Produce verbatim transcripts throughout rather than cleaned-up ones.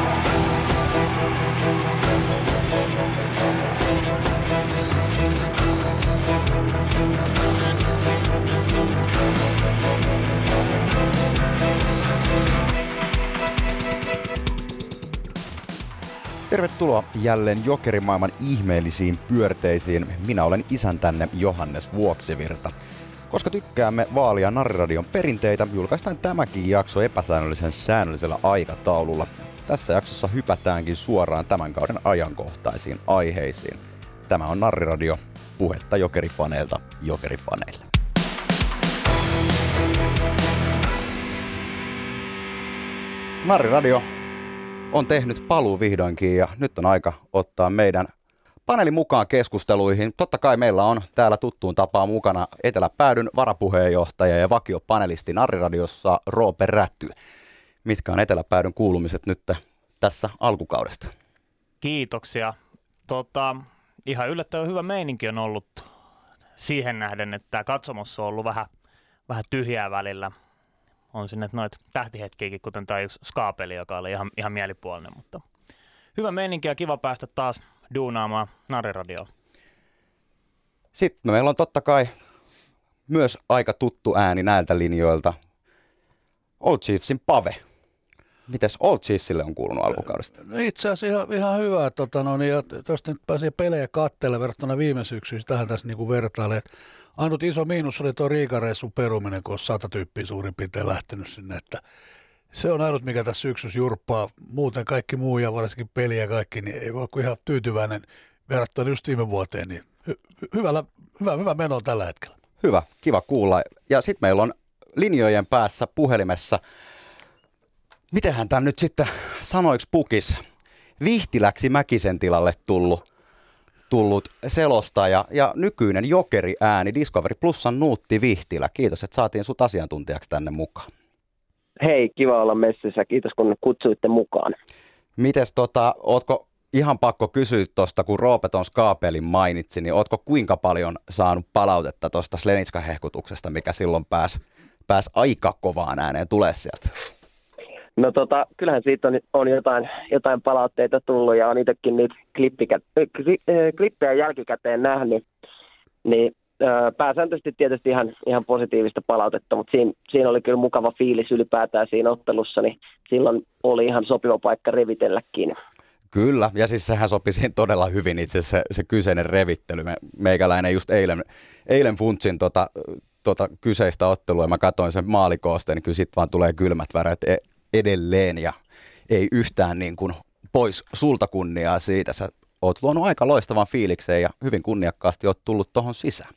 Tervetuloa jälleen Jokerimaailman ihmeellisiin pyörteisiin. Minä olen isäntänne Johannes Vuoksivirta. Koska tykkäämme vaalia Narriradion perinteitä, julkaistaan tämäkin jakso epäsäännöllisen säännöllisellä aikataululla. Tässä jaksossa hypätäänkin suoraan tämän kauden ajankohtaisiin aiheisiin. Tämä on Narriradio, puhetta jokerifaneilta jokerifaneille. Narriradio on tehnyt paluu vihdoinkin ja nyt on aika ottaa meidän paneeli mukaan keskusteluihin. Totta kai meillä on täällä tuttuun tapaan mukana Eteläpäädyn varapuheenjohtaja ja vakiopanelisti Narriradiossa Roope Räty. Mitkä on Eteläpäädyn kuulumiset nyt tässä alkukaudesta? Kiitoksia. Tota, ihan yllättävän hyvä meininki on ollut siihen nähden, että katsomossa on ollut vähän, vähän tyhjää välillä. On sinne noita tähtihetkiäkin, kuten tämä yksi skaapeli, joka oli ihan, ihan mielipuolinen, mutta hyvä meininki ja kiva päästä taas duunaamaan Narriradioon. Sitten meillä on totta kai myös aika tuttu ääni näiltä linjoilta. Old Chiefsin Pave. Mites Old Chiefsille on kuulunut alkukaudesta? No itse asiassa ihan, ihan hyvä. Tota, no, niin, tuosta nyt pääsee pelejä katselemaan verrattuna viime syksyyn. Tähän tässä niinku vertailee. Ainut iso miinus oli tuo Riika-reissun peruminen, kun on sata tyyppiä suurin piirtein lähtenyt sinne. Että se on ainut, mikä tässä syksyssä jurppaa. Muuten kaikki muu ja varsinkin peli ja kaikki, niin ei voi kuin ihan tyytyväinen verrattuna just viime vuoteen. Niin hy- hyvällä, hyvä, hyvä meno on tällä hetkellä. Hyvä, kiva kuulla. Ja sitten meillä on linjojen päässä puhelimessa. Mitenhän tämä nyt sitten sanoiksi pukis? Vihtiläksi Mäkisen tilalle tullut, tullut selostaja ja nykyinen jokeriääni Discovery Plusan Nuutti Vihtilä. Kiitos, että saatiin sut asiantuntijaksi tänne mukaan. Hei, kiva olla messissä. Kiitos, kun kutsuitte mukaan. Mites tota, ootko ihan pakko kysyä tuosta, kun Roope ton skaapelin mainitsi, niin ootko kuinka paljon saanut palautetta tuosta Slenitska-hehkutuksesta, mikä silloin pääsi pääs aika kovaan ääneen tulee sieltä? No tota, kyllähän siitä on, on jotain, jotain palautteita tullut ja on itsekin niitä klippikä, klippejä jälkikäteen nähnyt, niin ö, pääsääntöisesti tietysti ihan, ihan positiivista palautetta, mutta siinä, siinä oli kyllä mukava fiilis ylipäätään siinä ottelussa, niin silloin oli ihan sopiva paikka revitelläkin. Kyllä, ja siis sehän sopi siihen todella hyvin itse se, se kyseinen revittely. Me, meikäläinen just eilen, eilen funtsin tota, tota kyseistä ottelua ja mä katsoin sen maalikoosteen, niin kyllä sit vaan tulee kylmät väreet edelleen ja ei yhtään niin kuin pois sulta kunniaa siitä. Sä oot luonut aika loistavan fiilikseen ja hyvin kunniakkaasti oot tullut tuohon sisään.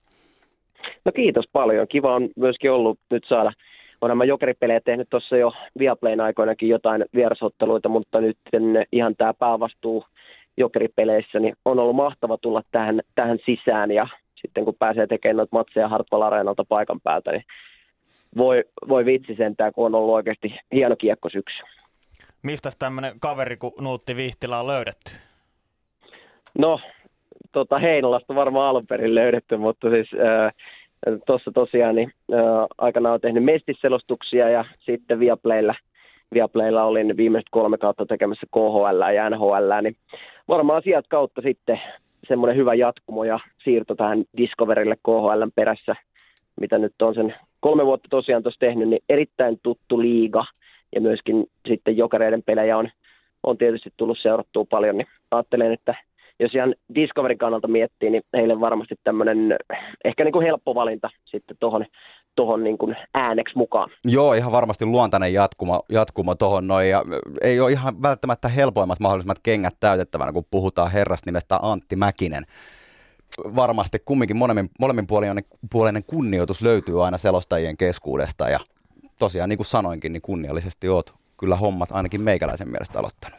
No kiitos paljon. Kiva on myöskin ollut nyt saada. Onhan mä jokeripelejä tehnyt tuossa jo Viaplayn aikoinakin jotain vierasotteluita, mutta nyt ihan tämä päävastuu jokeripeleissä, niin on ollut mahtava tulla tähän, tähän sisään ja sitten kun pääsee tekemään noita matseja Hartwall Areenalta paikan päältä, niin Voi, voi vitsi sentään, kun on ollut oikeasti hieno kiekkosyksy. Mistäs tämmöinen kaveri kuin Nuutti Vihtilä on löydetty? No, tota Heinolasta varmaan alun perin löydetty, mutta siis tuossa tosiaan niin, ää, aikanaan olen tehnyt mestisselostuksia ja sitten Viaplaylla, Viaplaylla olin viimeiset kolme kautta tekemässä K H L ja N H L, niin varmaan sieltä kautta sitten semmoinen hyvä jatkumo ja siirto tähän Discoverylle K H L:n perässä, mitä nyt on sen kolme vuotta tosiaan tuossa tehnyt, niin erittäin tuttu liiga ja myöskin sitten jokereiden pelejä on, on tietysti tullut seurattua paljon, niin ajattelen, että jos ihan Discoverin kannalta miettii, niin heille varmasti tämmöinen ehkä niin kuin helppo valinta sitten tuohon tohon niin kuin ääneksi mukaan. Joo, ihan varmasti luontainen jatkuma, jatkuma tuohon noin, ja ei ole ihan välttämättä helpoimmat mahdollisimmat kengät täytettävänä, kun puhutaan herrasta nimestä Antti Mäkinen. Varmasti kumminkin molemmin, molemmin puolinen kunnioitus löytyy aina selostajien keskuudesta, ja tosiaan niin kuin sanoinkin, niin kunniallisesti oot kyllä hommat ainakin meikäläisen mielestä aloittanut.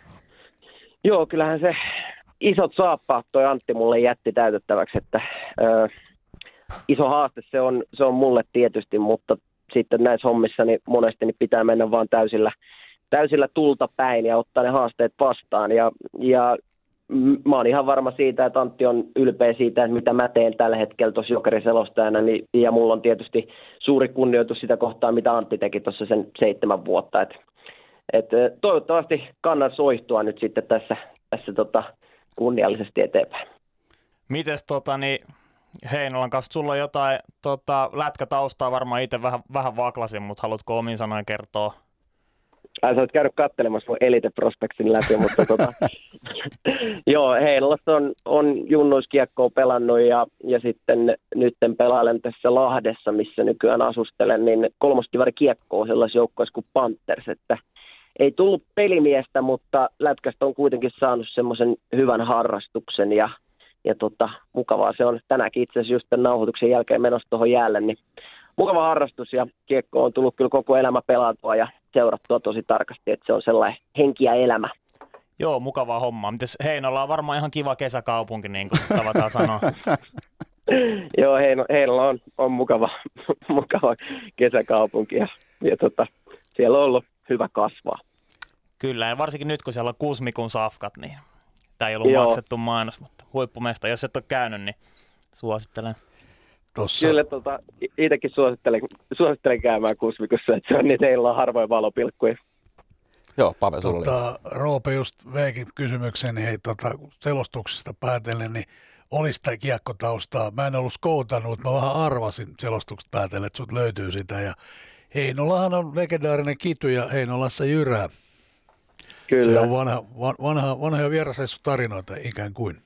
Joo, kyllähän se isot saappaat toi Antti mulle jätti täytettäväksi, että ö, iso haaste se on, se on mulle tietysti, mutta sitten näissä hommissa niin monesti niin pitää mennä vaan täysillä, täysillä tulta päin ja ottaa ne haasteet vastaan. Ja, ja mä oon ihan varma siitä, että Antti on ylpeä siitä, että mitä mä teen tällä hetkellä tuossa jokeriselostajana, niin, ja mulla on tietysti suuri kunnioitus sitä kohtaa, mitä Antti teki tuossa sen seitsemän vuotta. Et, et, toivottavasti kannan soihtua nyt sitten tässä, tässä tota, kunniallisesti eteenpäin. Mites tota, niin Heinolan kanssa, sulla on jotain tota, lätkätaustaa, varmaan itse vähän, vähän vaklasin, mutta haluatko omin sanoin kertoa? Ai, sä oot käynyt katselemassa mun Elite Prospectsin läpi, mutta tota, joo, Heinolassa on, on junnuiskiekkoa pelannut ja, ja sitten nytten pelailen tässä Lahdessa, missä nykyään asustelen, niin kolmostivari kiekkoa sellaisessa joukkueessa kuin Panthers, että ei tullut pelimiestä, mutta lätkästä on kuitenkin saanut semmoisen hyvän harrastuksen ja, ja tota, mukavaa se on tänäänkin itse asiassa just tämän nauhoituksen jälkeen menossa tuohon jäälle, niin mukava harrastus ja kiekko on tullut kyllä koko elämä pelatua ja seurattua tosi tarkasti, että se on sellainen henki ja elämä. Joo, mukavaa hommaa. Mites Heinola on varmaan ihan kiva kesäkaupunki, niin kuin tavataan sanoa. Joo, Heino, Heinola on, on mukava, mukava kesäkaupunki ja, ja tota, siellä on ollut hyvä kasvaa. Kyllä, ja varsinkin nyt kun siellä on Kusmikun safkat, niin tämä ei ollut Joo. maksettu mainos, mutta huippumesta. Jos et ole käynyt, niin suosittelen. Tossa. Kyllä tota, itsekin suosittelen, suosittelen käymään Kusmikussa, että se on niitä Heinolan harvoin valopilkkuja. Joo, Pave, sulla oli. Tota, Roope just veikin kysymyksen, niin hei, tota, selostuksesta päätellen, niin olisi sitä kiekkotaustaa. Mä en ollut skoutannut, mä vähän arvasin selostuksesta päätellen, että sut löytyy sitä. Ja Heinolahan on legendaarinen kitu ja Heinolassa jyrää. Kyllä. Se on vanha, vanha, vanhoja vierasreissutarinoita ikään kuin.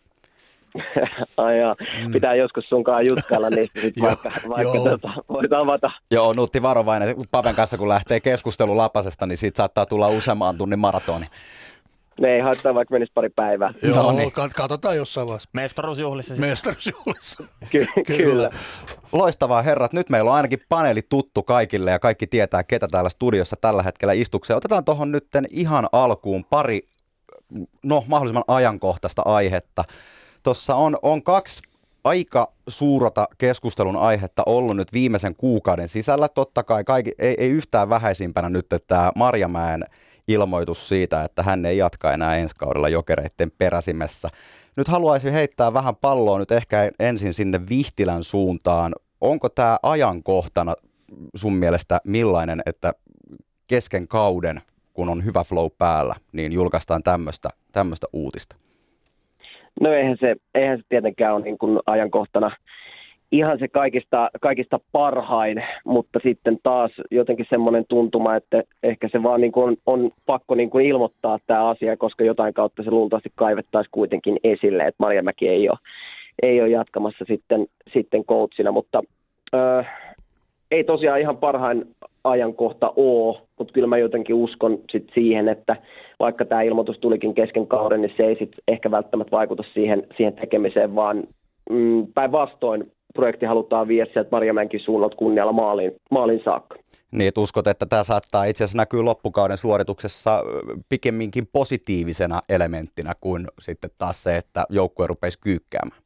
Ai jaa. Mm. Pitää joskus sunkaan jutkailla niistä sit vaikka, vaikka tota, voit avata. Joo, Nuutti varovainen. Paven kanssa kun lähtee keskustelu Lapasesta, niin siitä saattaa tulla useamman tunnin maratoni. Ne ei haittaa vaikka menisi pari päivää. Joo, No niin. kat- katsotaan jossain vaiheessa. Mestaruusjuhlissa sitten. Mestaruusjuhlissa. Ky- kyllä. Loistavaa herrat, nyt meillä on ainakin paneeli tuttu kaikille ja kaikki tietää, ketä täällä studiossa tällä hetkellä istukseen. Otetaan tuohon nytten ihan alkuun pari, no mahdollisimman ajankohtaista aihetta. Tuossa on, on kaksi aika suurta keskustelun aihetta ollut nyt viimeisen kuukauden sisällä. Totta kai kaikki, ei, ei yhtään vähäisimpänä nyt tämä Marjamäen ilmoitus siitä, että hän ei jatka enää ensi kaudella Jokereiden peräsimessä. Nyt haluaisin heittää vähän palloa nyt ehkä ensin sinne Vihtilän suuntaan. Onko tämä ajankohtana sun mielestä millainen, että kesken kauden, kun on hyvä flow päällä, niin julkaistaan tämmöistä tämmöistä uutista? No eihän se, eihän se tietenkään ole niin kuin ajankohtana ihan se kaikista, kaikista parhain, mutta sitten taas jotenkin semmoinen tuntuma, että ehkä se vaan niin kuin on, on pakko niin kuin ilmoittaa tämä asia, koska jotain kautta se luultavasti kaivettaisiin kuitenkin esille, että Marjamäki ei ole, ei ole jatkamassa sitten, sitten coachina, mutta öö, ei tosiaan ihan parhain ajankohta ole, mutta kyllä mä jotenkin uskon sit siihen, että vaikka tämä ilmoitus tulikin kesken kauden, niin se ei sit ehkä välttämättä vaikuta siihen, siihen tekemiseen, vaan mm, päinvastoin projekti halutaan viedä sieltä Marjamäenkin suunnalta kunnialla maaliin, maaliin saakka. Niin, että uskot, että tämä saattaa itse asiassa näkyä loppukauden suorituksessa pikemminkin positiivisena elementtinä kuin sitten taas se, että joukkue rupeisi kyykkäämään?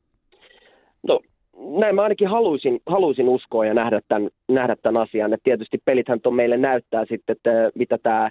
No näin mä ainakin haluaisin, haluaisin uskoa ja nähdä tämän, nähdä tämän asian. Et tietysti pelithän on meille näyttää sitten, että mitä tämä,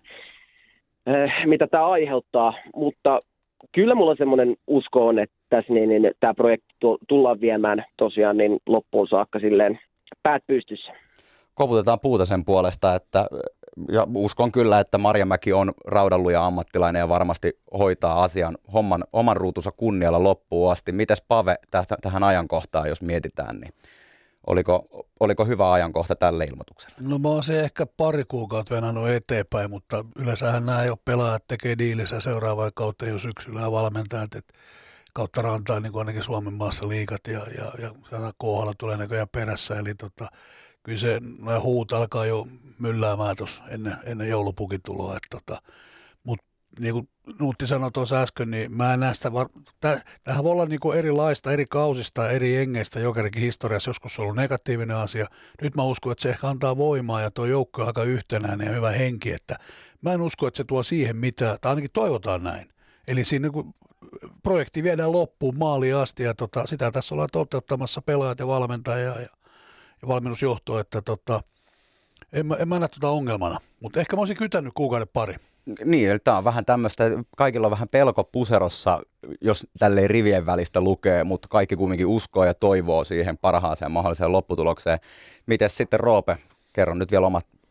mitä tämä aiheuttaa, mutta kyllä mulla semmoinen usko on, että tässä niin, niin, tämä projekti tullaan viemään tosiaan niin loppuun saakka silleen päät pystyssä. Koputetaan puuta sen puolesta, että ja uskon kyllä, että Marjamäki on raudanluja ammattilainen ja varmasti hoitaa asian homman, oman ruutunsa kunnialla loppuun asti. Mites Pave täh- tähän ajankohtaan, jos mietitään, niin oliko, oliko hyvä ajankohta tälle ilmoitukselle? No mä oon se ehkä pari kuukautta venannut eteenpäin, mutta yleensähän nämä jo pelaajat tekee diilissä seuraavaa kautta jo syksyllä ja valmentajat, että kautta rantaa niin kuin ainakin Suomen maassa liigat ja, ja, ja K H L tulee näköjään perässä, eli tota, kyllä se nämä huut alkaa jo mylläämään tuossa ennen, ennen joulupukin tuloa, että tota, mutta niin kuin Nuutti sanoi tuossa äsken, niin mä en näe sitä, var... tämähän voi olla niin kuin erilaista, eri kausista, eri jengeistä, Jokerikin historiassa joskus on ollut negatiivinen asia. Nyt mä uskon, että se ehkä antaa voimaa ja tuo joukko on aika yhtenäinen ja hyvä henki, että mä en usko, että se tuo siihen mitään, tai ainakin toivotaan näin. Eli siinä niin projekti viedään loppuun maaliin asti ja tota, sitä tässä ollaan toteuttamassa pelaajat ja valmentajia ja, ja valmennusjohto, että tota, en, mä, en mä näe tuota ongelmana, mutta ehkä mä olisin kytänyt kuukauden pari. Niin, eli tämä on vähän tämmöistä, kaikilla on vähän pelko puserossa, jos tälleen rivien välistä lukee, mutta kaikki kuitenkin uskoo ja toivoo siihen parhaaseen mahdolliseen lopputulokseen. Mites sitten Roope, kerro nyt vielä omat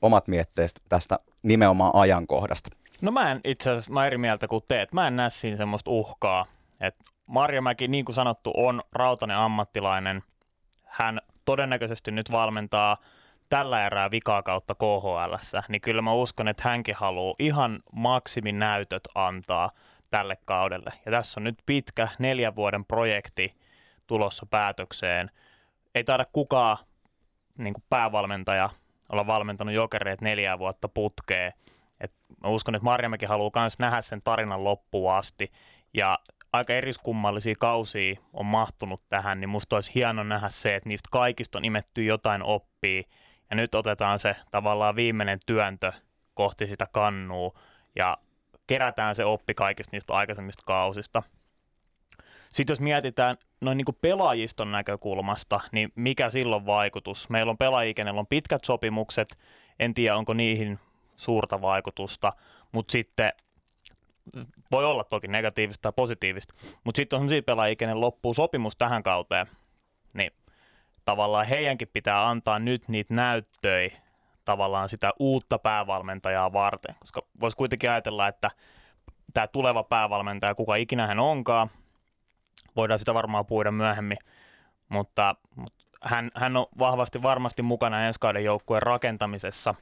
omat mietteet tästä nimenomaan ajankohdasta? No mä en itse asiassa, mä eri mieltä kuin teet. Mä en näe siinä semmoista uhkaa. Et Marjamäki, niin kuin sanottu, on rautainen ammattilainen. Hän todennäköisesti nyt valmentaa tällä erää vikaa kautta K H L:ssä, niin kyllä mä uskon, että hänkin haluaa ihan maksiminäytöt antaa tälle kaudelle. Ja tässä on nyt pitkä neljän vuoden projekti tulossa päätökseen. Ei taida kukaan niin kuin päävalmentaja olla valmentanut Jokereet neljää vuotta putkeen. Et mä uskon, että Marjamäki haluaa myös nähdä sen tarinan loppuun asti. Ja aika eriskummallisia kausia on mahtunut tähän, niin musta olisi hieno nähdä se, että niistä kaikista on imetty jotain oppia. Ja nyt otetaan se tavallaan viimeinen työntö kohti sitä kannua ja kerätään se oppi kaikista niistä aikaisemmista kausista. Sitten jos mietitään noin niin kuin pelaajiston näkökulmasta, niin mikä silloin vaikutus? Meillä on pelaajia, kenellä on pitkät sopimukset, en tiedä onko niihin suurta vaikutusta, mutta sitten voi olla toki negatiivista tai positiivista, mutta sitten on sellaisia pelaajia, kenellä loppuu sopimus tähän kauteen, niin tavallaan heidänkin pitää antaa nyt niitä näyttöjä tavallaan sitä uutta päävalmentajaa varten, koska voisi kuitenkin ajatella, että tämä tuleva päävalmentaja, kuka ikinä hän onkaan, voidaan sitä varmaan puida myöhemmin, mutta, mutta hän, hän on vahvasti varmasti mukana ensi kauden joukkueen rakentamisessa,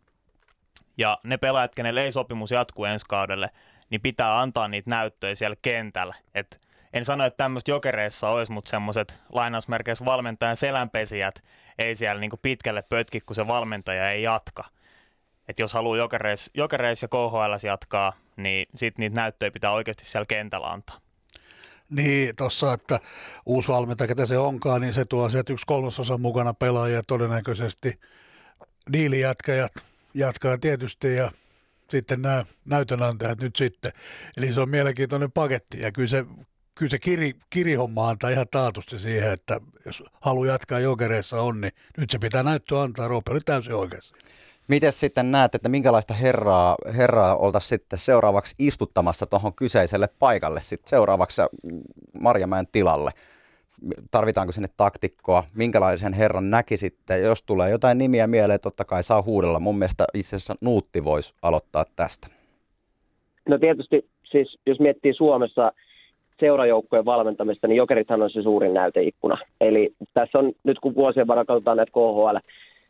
ja ne pelaajat, kenelle ei sopimus jatku ensi kaudelle, niin pitää antaa niitä näyttöjä siellä kentällä. Et en sano, että tämmöistä Jokereissa olisi, mutta semmoiset lainausmerkeissä valmentajan selänpesijät ei siellä niinku pitkälle pötki, kun se valmentaja ei jatka. Et jos haluaa Jokereissa, Jokereissa ja K H L:ssä jatkaa, niin sitten niitä näyttöjä pitää oikeasti siellä kentällä antaa. Niin, tuossa, että uusi valmentaja, ketä se onkaan, niin se tuo sieltä yksi kolmasosa mukana pelaajia todennäköisesti. Diilijätkäjät jatkaa tietysti ja sitten nämä näytönantajat nyt sitten. Eli se on mielenkiintoinen paketti ja kyllä se, kyllä se kiri, kirihomma antaa ihan taatusti siihen, että jos haluaa jatkaa Jokereissa on, niin nyt se pitää näyttöä antaa. Roope oli täysin oikeassa. Miten sitten näet, että minkälaista herraa, herraa oltaisiin sitten seuraavaksi istuttamassa tuohon kyseiselle paikalle, sitten seuraavaksi Marjamäen tilalle? Tarvitaanko sinne taktikkoa? Minkälaisen herran näkisitte? Jos tulee jotain nimiä mieleen, totta kai saa huudella. Mun mielestä itse asiassa Nuutti voisi aloittaa tästä. No tietysti, siis jos miettii Suomessa seurajoukkojen valmentamista, niin Jokerithan on se suurin näyteikkuna. Eli tässä on, nyt kun vuosien varrella katsotaan näitä K H L,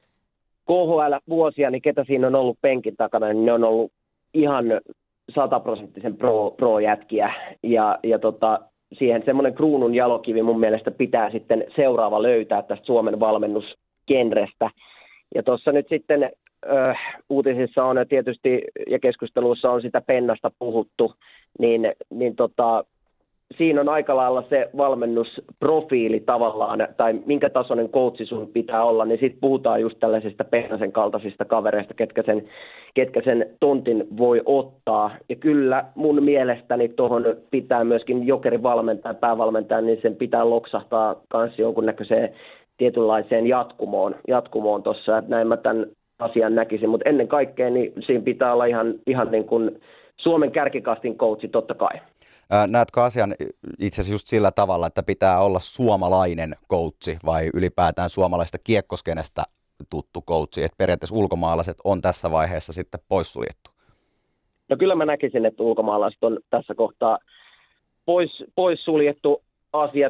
K H L-vuosia, niin ketä siinä on ollut penkin takana, niin ne on ollut ihan sataprosenttisen pro, pro-jätkiä. Ja, ja tota, siihen semmoinen kruunun jalokivi mun mielestä pitää sitten seuraava löytää tästä Suomen valmennusgenrestä. Ja tuossa nyt sitten äh, uutisissa on tietysti ja keskusteluissa on sitä Pennasta puhuttu, niin, niin tota, siinä on aika lailla se valmennusprofiili tavallaan, tai minkä tasoinen coachi sun pitää olla, niin sitten puhutaan just tällaisista Pennasen kaltaisista kavereista, ketkä sen, ketkä sen tontin voi ottaa. Ja kyllä mun mielestäni tuohon pitää myöskin Jokerin valmentaja, päävalmentaja, niin sen pitää loksahtaa myös jonkunnäköiseen tietynlaiseen jatkumoon, jatkumoon tuossa, että näin mä tämän asian näkisin. Mutta ennen kaikkea niin siinä pitää olla ihan, ihan niin kuin Suomen kärkikastin coachi totta kai. Näetkö asian itse asiassa just sillä tavalla, että pitää olla suomalainen coachi vai ylipäätään suomalaista kiekkoskenestä tuttu coachi, että periaatteessa ulkomaalaiset on tässä vaiheessa sitten poissuljettu? No kyllä mä näkisin, että ulkomaalaiset on tässä kohtaa pois, poissuljettu asia.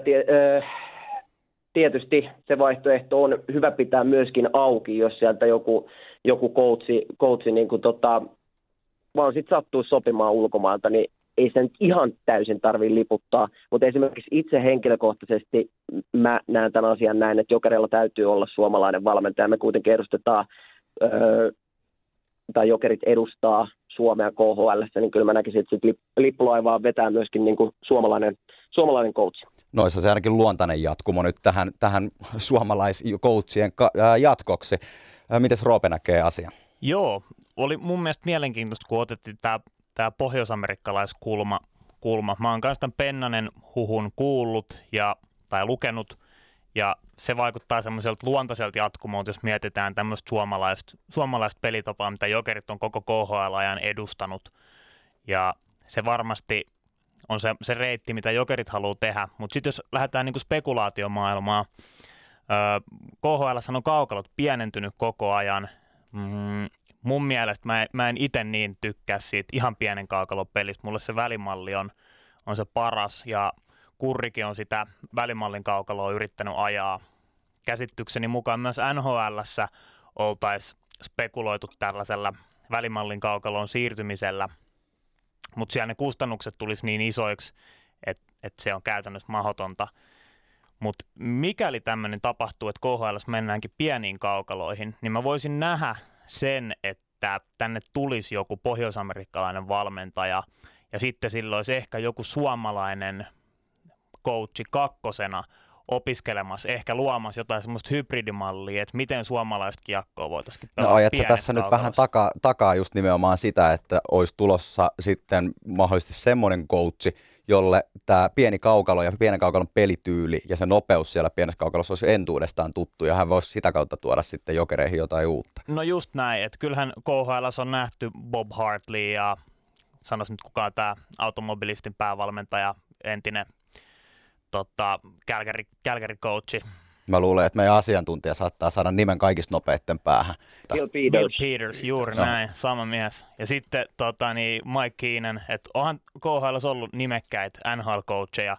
Tietysti se vaihtoehto on hyvä pitää myöskin auki, jos sieltä joku, joku coachi, coachi niin kuin tota, vaan sitten sattuu sopimaan ulkomailta, niin ei sen ihan täysin tarvitse liputtaa, mutta esimerkiksi itse henkilökohtaisesti mä näen tämän asian näin, että Jokerilla täytyy olla suomalainen valmentaja. Me kuitenkin edustetaan, öö, tai Jokerit edustaa Suomea K H L:ssä, niin kyllä mä näkisin, että sit lippulaivaa vetää myöskin niin kuin suomalainen, suomalainen coach. No olisi se ainakin luontainen jatkumo nyt tähän, tähän suomalaiscoachien jatkoksi. Mites Roope näkee asian? Joo, oli mun mielestä mielenkiintoista, kun otettiin tämä tämä pohjoisamerikkalaiskulma. Kulma. Mä oon kanssa tämän Pennanen huhun kuullut ja, tai lukenut, ja se vaikuttaa semmoiselta luontaiselta jatkumolta, jos mietitään tämmöistä suomalaista, suomalaista pelitapaa, mitä Jokerit on koko K H L-ajan edustanut. Ja se varmasti on se, se reitti, mitä Jokerit haluaa tehdä. Mutta sitten jos lähdetään niinku spekulaatiomaailmaan, öö, K H L:ssä on kaukalot pienentynyt koko ajan. Mm, mun mielestä mä en, mä en itse niin tykkää siitä ihan pienen kaukalon pelistä. Mulle se välimalli on, on se paras ja Kurrikin on sitä välimallin kaukaloa yrittänyt ajaa. Käsitykseni mukaan myös N H L:ssä oltaisiin spekuloitu tällaisella välimallin kaukalon siirtymisellä, mutta siellä ne kustannukset tulisi niin isoiksi, että et se on käytännössä mahdotonta. Mutta mikäli tämmöinen tapahtuu, että K H L:ssä mennäänkin pieniin kaukaloihin, niin mä voisin nähdä sen, että tänne tulisi joku pohjoisamerikkalainen valmentaja ja sitten silloin olisi ehkä joku suomalainen coachi kakkosena opiskelemassa, ehkä luomassa jotain semmoista hybridimallia, että miten suomalaista kiekkoa voitaisiin pelata. No ajatko tässä nyt vähän takaa, takaa just nimenomaan sitä, että olisi tulossa sitten mahdollisesti semmoinen coachi, jolle tämä pieni kaukalo ja pienen kaukalon pelityyli ja se nopeus siellä pienessä kaukalossa olisi entuudestaan tuttu ja hän voisi sitä kautta tuoda sitten Jokereihin jotain uutta. No just näin, että kyllähän K H L:ssä on nähty Bob Hartley ja sanoisin nyt kukaan tämä automobilistin päävalmentaja, entinen tota, Calgary, Calgary coachi. Mä luulen, että meidän asiantuntija saattaa saada nimen kaikista nopeitten päähän. Bill Peters. Bill Peters, juuri no. näin, sama mies. Ja sitten tota, niin Mike Keenan, että onhan K H L:ssä ollut nimekkäitä N H L-coacheja.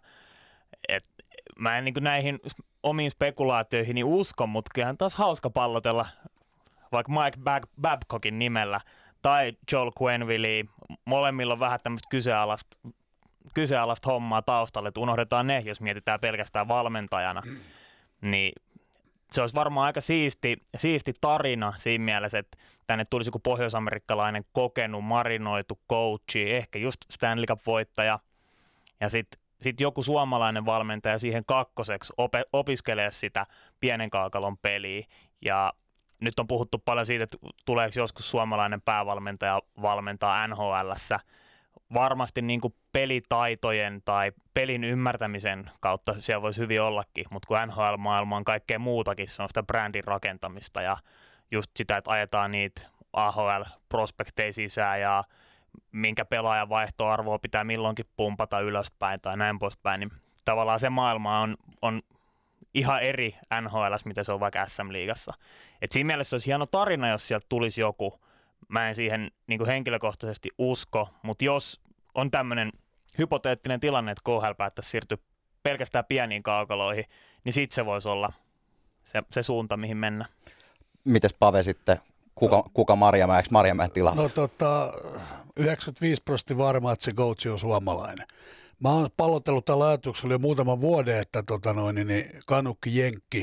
Et mä en niin kuin näihin omiin spekulaatioihin niin usko, mutta kyllähän taas hauska pallotella vaikka Mike Bab- Babcockin nimellä tai Joel Quenneville. Molemmilla on vähän tämmöistä kyseenalaista, kyseenalaista hommaa taustalle, että unohdetaan ne, jos mietitään pelkästään valmentajana. Niin se olisi varmaan aika siisti, siisti tarina siinä mielessä, että tänne tulisi joku pohjoisamerikkalainen kokenut, marinoitu coachi, ehkä just Stanley Cup-voittaja, ja sitten sit joku suomalainen valmentaja siihen kakkoseksi ope, opiskelee sitä pienen kaukalon peliä. Ja nyt on puhuttu paljon siitä, että tuleeko joskus suomalainen päävalmentaja valmentaa N H L:ssä. Varmasti niin kuin pelitaitojen tai pelin ymmärtämisen kautta siellä voisi hyvin ollakin, mutta kun N H L-maailma on kaikkea muutakin, se on sitä brändin rakentamista ja just sitä, että ajetaan niitä A H L-prospekteja sisään ja minkä pelaajan vaihtoarvoa pitää milloinkin pumpata ylöspäin tai näin poispäin, niin tavallaan se maailma on, on ihan eri N H L:ssä, mitä se on vaikka S M-liigassa. Et siinä mielessä olisi hieno tarina, jos sieltä tulisi joku. Mä en siihen niin kuin henkilökohtaisesti usko, mutta jos on tämmöinen hypoteettinen tilanne, että K H L päättäisi siirtyä pelkästään pieniin kaukaloihin, niin sitten se voisi olla se, se suunta, mihin mennä. Mites Pave sitten, kuka, kuka Marjamäen, eikö Marjamäen tilalla? No tota, yhdeksänkymmentäviisi prosenttia varmaa, että se coach on suomalainen. Mä oon pallotellut tällä ajatuksella jo muutaman vuoden, että tota noin, niin Kanukki Jenkki.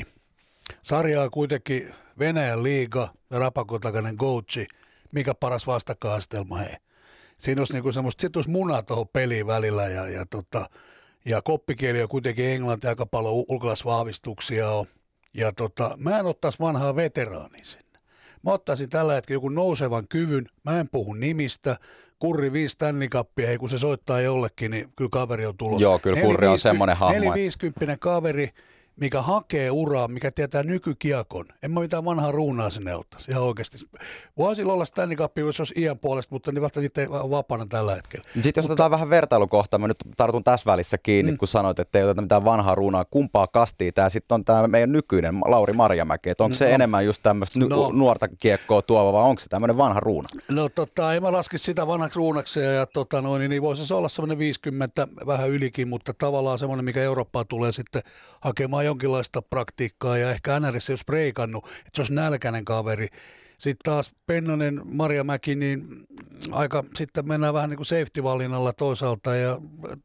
Sarja on kuitenkin Venäjän liiga ja rapakotakainen coachi. Mikä paras vastakkainasetelma, hei. Siinä olisi niinku semmoista, sit olisi munaa tuohon peliin välillä ja, ja, tota, ja koppikieli on kuitenkin englanti, aika paljon ulkolaisvahvistuksia on. Ja tota, mä en ottaisi vanhaa veteraania sinne. Mä ottaisin tällä hetkellä joku nousevan kyvyn, mä en puhu nimistä, Kurri viisi Stanley Cupia, hei kun se soittaa jollekin, niin kyllä kaveri on tulossa. Joo, kyllä Kurri on semmoinen hahmo. Neliviisikymppinen kaveri, mikä hakee uraa, mikä tietää nykykiekon. En mä mitään vanhaa ruunaa sinne ottaisi, ihan oikeasti. Voisi silloin olla Stanley Cup, jos olisi iän puolesta, mutta niin vasta niitä vapaana tällä hetkellä. Sitten jos mutta, otetaan vähän vertailukohtaa, mä nyt tartun tässä välissä kiinni, mm. kun sanoit, että ei oteta mitään vanhaa ruunaa, kumpaa kastia tämä sitten on tämä meidän nykyinen Lauri Marjamäki, että onko se no, enemmän just tämmöistä no, nuorta kiekkoa tuova vai onko se tämmöinen vanha ruuna? No tota, en mä laskisi sitä vanhaksi ruunaksi ja tota, noin, niin voisi se olla semmoinen viisikymmentä vähän ylikin, mutta tavallaan semmoinen, mikä Eurooppaan tulee sitten hakemaan jonkinlaista praktiikkaa ja ehkä N R S ei olisi breikannut, että se olisi nälkäinen kaveri. Sitten taas Pennanen, Marjamäki, niin aika sitten mennään vähän niin kuin safety-valinnalla toisaalta ja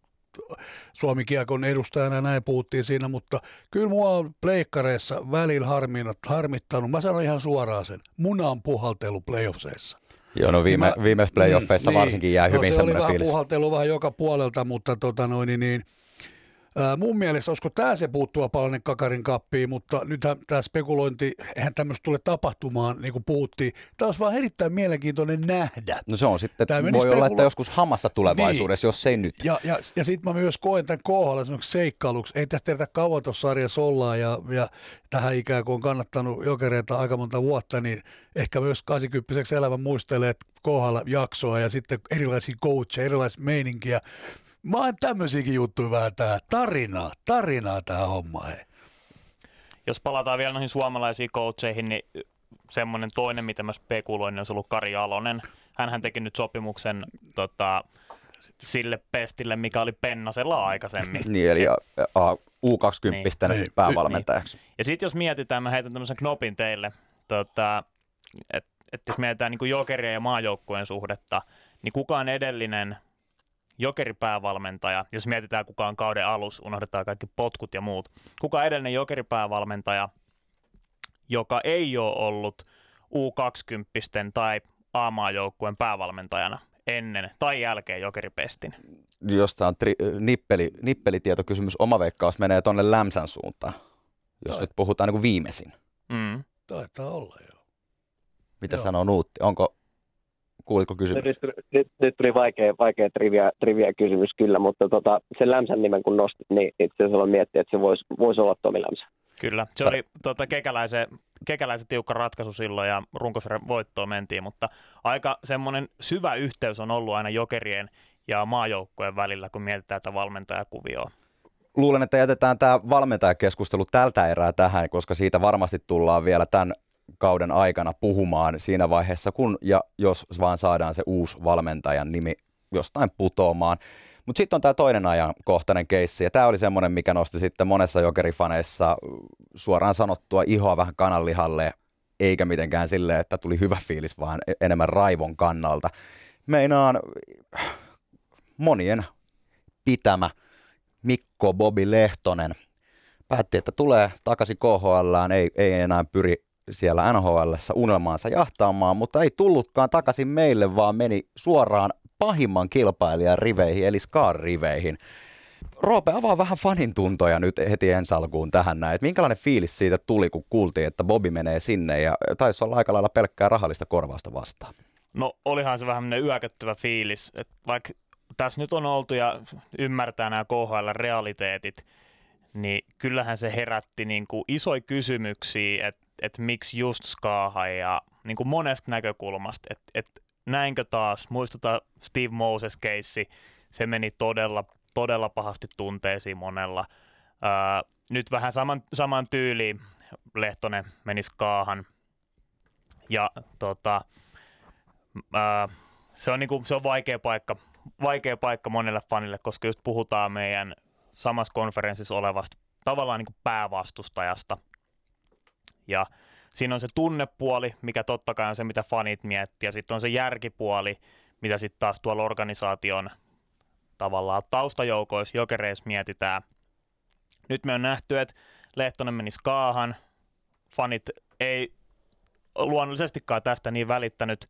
Suomi-kiekon edustajana näin puhuttiin siinä, mutta kyllä mua on pleikkareissa välillä harmittanut. Mä sanon ihan suoraan sen, muna on puhaltelu playoffseissa. Joo, no viime, mä, viime playoffeissa niin, varsinkin jää hyvin no, semmoinen fiilis. Se oli vähän puhaltelu vähän joka puolelta, mutta tota noin niin, niin Ää, mun mielestä, olisiko tämä se puuttua palanen Kakarin kappiin, mutta nythän tämä spekulointi, eihän tämmöistä tule tapahtumaan, niin kuin puhuttiin. Tämä olisi vaan erittäin mielenkiintoinen nähdä. No se on sitten, että voi spekula- olla, että joskus hamassa tulevaisuudessa, niin. Jos ei nyt. Ja, ja, ja sitten mä myös koen tämän K H L esimerkiksi seikkailuksi. Ei tästä tiedä kauan tuossa sarjassa ollaan ja, ja tähän ikään kuin on kannattanut Jokereita aika monta vuotta, niin ehkä myös kahdeksankymppiseksi elämä muistelee, että K H L-jaksoa ja sitten erilaisia coacheja, erilaisia meininkiä. Mä oon tämmöisiäkin juttuja vähän tää tarinaa, tarinaa tähän hommaan. Hei. Jos palataan vielä noihin suomalaisiin coacheihin, niin semmoinen toinen, mitä mä spekuloin, niin olisi ollut Kari Jalonen. Hänhän teki nyt sopimuksen tota, sille pestille, mikä oli Pennasella aikaisemmin. Niin, eli U kaksikymmentä niin. päävalmentajaksi. Niin. Ja sitten jos mietitään, mä heitän tämmöisen knopin teille, tota, että et jos mietitään niin kuin jokerien ja maajoukkueen suhdetta, niin kukaan edellinen jokeripäävalmentaja, jos mietitään kuka on kauden alus, unohdetaan kaikki potkut ja muut, kuka edellinen jokeripäävalmentaja, joka ei ole ollut U kaksikymmentä tai A-maajoukkueen päävalmentajana ennen tai jälkeen jokeripestin. Jos tämä on tri- nippeli, nippelitietokysymys, oma veikkaus menee tuonne Lämsän suuntaan, jos Toi. nyt puhutaan niin kuin viimeisin. Mm. Taitaa olla jo. Mitä Joo. sanoo Nuutti? Onko, kuulitko kysymys? Nyt, nyt, nyt tuli vaikea, vaikea trivia, trivia kysymys kyllä, mutta tota, sen Lämsän nimen kun nostit, niin itse asiassa aloin miettiä, että se voisi vois olla Tomi Lämsä. Kyllä, se oli tota, kekäläisen, kekäläisen tiukka ratkaisu silloin ja runkosarjan voittoon mentiin, mutta aika semmoinen syvä yhteys on ollut aina jokerien ja maajoukkojen välillä, kun mietitään tätä valmentajakuvioa. Luulen, että jätetään tämä valmentajakeskustelu tältä erää tähän, koska siitä varmasti tullaan vielä tämän kauden aikana puhumaan siinä vaiheessa, kun ja jos vaan saadaan se uusi valmentajan nimi jostain putoamaan. Mutta sitten on tämä toinen ajankohtainen keissi, ja tämä oli semmoinen, mikä nosti sitten monessa jokerifaneissa suoraan sanottua ihoa vähän kananlihalle, eikä mitenkään silleen, että tuli hyvä fiilis, vaan enemmän raivon kannalta. Meinaan monien pitämä Mikko Bobi Lehtonen päätti, että tulee takaisin K H L:ään, ei, ei enää pyri siellä N H L:ssä unelmaansa jahtaamaan, mutta ei tullutkaan takaisin meille, vaan meni suoraan pahimman kilpailijan riveihin, eli Scar-riveihin. Roope, avaa vähän fanin tuntoja nyt heti ensi alkuun tähän näin. Minkälainen fiilis siitä tuli, kun kuultiin, että Bobi menee sinne, ja taisi olla aika lailla pelkkää rahallista korvausta vastaan? No olihan se vähän yököttävä fiilis, että vaikka tässä nyt on oltu ja ymmärtää nämä K H L-realiteetit, niin kyllähän se herätti niin kuin isoja kysymyksiä, että et miksi just Skaha ja niin kuin monesta näkökulmasta, että et näinkö taas, muistutaan Steve Moses-keissi, se meni todella, todella pahasti tunteisiin monella. Ää, nyt vähän saman, saman tyyliin Lehtonen meni Skahan ja tota, ää, se on, niinku, se on vaikea paikka, vaikea paikka monelle fanille, koska just puhutaan meidän samassa konferenssissa olevasta tavallaan niinku päävastustajasta. Ja siinä on se tunnepuoli, mikä totta kai on se, mitä fanit miettii, ja sitten on se järkipuoli, mitä sitten taas tuolla organisaation tavallaan taustajoukoissa, jokereissa mietitään. Nyt me on nähty, että Lehtonen meni Skaahan, fanit ei luonnollisestikaan tästä niin välittänyt,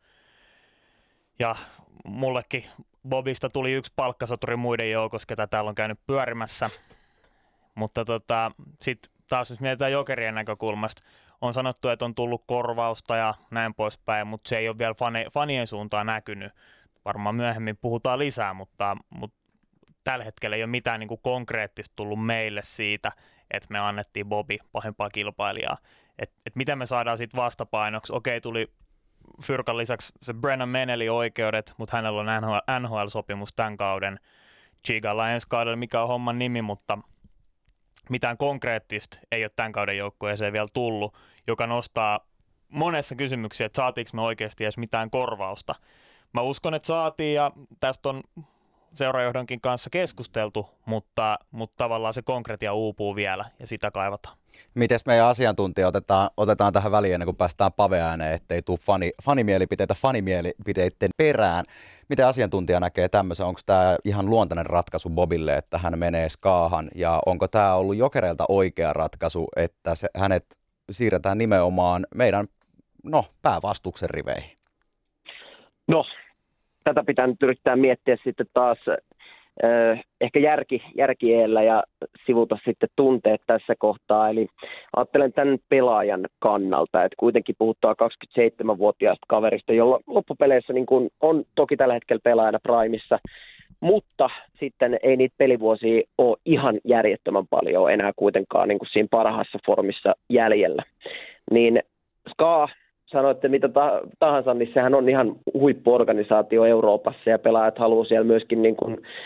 ja mullekin Bobista tuli yksi palkkasoturi muiden joukossa, ketä täällä on käynyt pyörimässä, mutta tota, sitten taas jos mietitään jokerien näkökulmasta, on sanottu, että on tullut korvausta ja näin poispäin, mutta se ei ole vielä fani, fanien suuntaan näkynyt. Varmaan myöhemmin puhutaan lisää, mutta, mutta tällä hetkellä ei ole mitään niin kuin konkreettista tullut meille siitä, että me annettiin Bobi pahempaa kilpailijaa. Että et miten me saadaan siitä vastapainoksi. Okei, tuli Fyrkan lisäksi se Brennan Meneli oikeudet, mutta hänellä on N H L-sopimus tämän kauden. Chigalla ensi kaudella, mikä on homman nimi, mutta mitään konkreettista ei ole tämän kauden joukkueeseen vielä tullut, joka nostaa monessa kysymyksiä, että saatiinko me oikeasti edes mitään korvausta. Mä uskon, että saatiin ja tästä on seurajohdonkin kanssa keskusteltu, mutta, mutta tavallaan se konkretia uupuu vielä ja sitä kaivataan. Mites meidän asiantuntija otetaan, otetaan tähän väliin ennen kuin päästään Pave-ääneen, ettei tule fani, fanimielipiteitä fanimielipiteiden perään. Miten asiantuntija näkee tämmöisen? Onko tämä ihan luontainen ratkaisu Bobille, että hän menee Skaahan? Ja onko tämä ollut Jokereilta oikea ratkaisu, että se, hänet siirretään nimenomaan meidän no, päävastuksen riveihin? No, tätä pitää nyt yrittää miettiä sitten taas äh, ehkä järki, järki eellä ja sivuta sitten tunteet tässä kohtaa. Eli ajattelen tämän pelaajan kannalta, että kuitenkin puhutaan kaksikymmentäseitsemänvuotiaasta kaverista, jolla loppupeleissä niin kuin on toki tällä hetkellä pelaajana primissa, mutta sitten ei niitä pelivuosia ole ihan järjettömän paljon enää kuitenkaan niin kuin siinä parhaassa formissa jäljellä. Niin Ska sanoitte mitä tahansa, niin sehän on ihan huippuorganisaatio Euroopassa ja pelaajat haluaa siellä myöskin niin kuin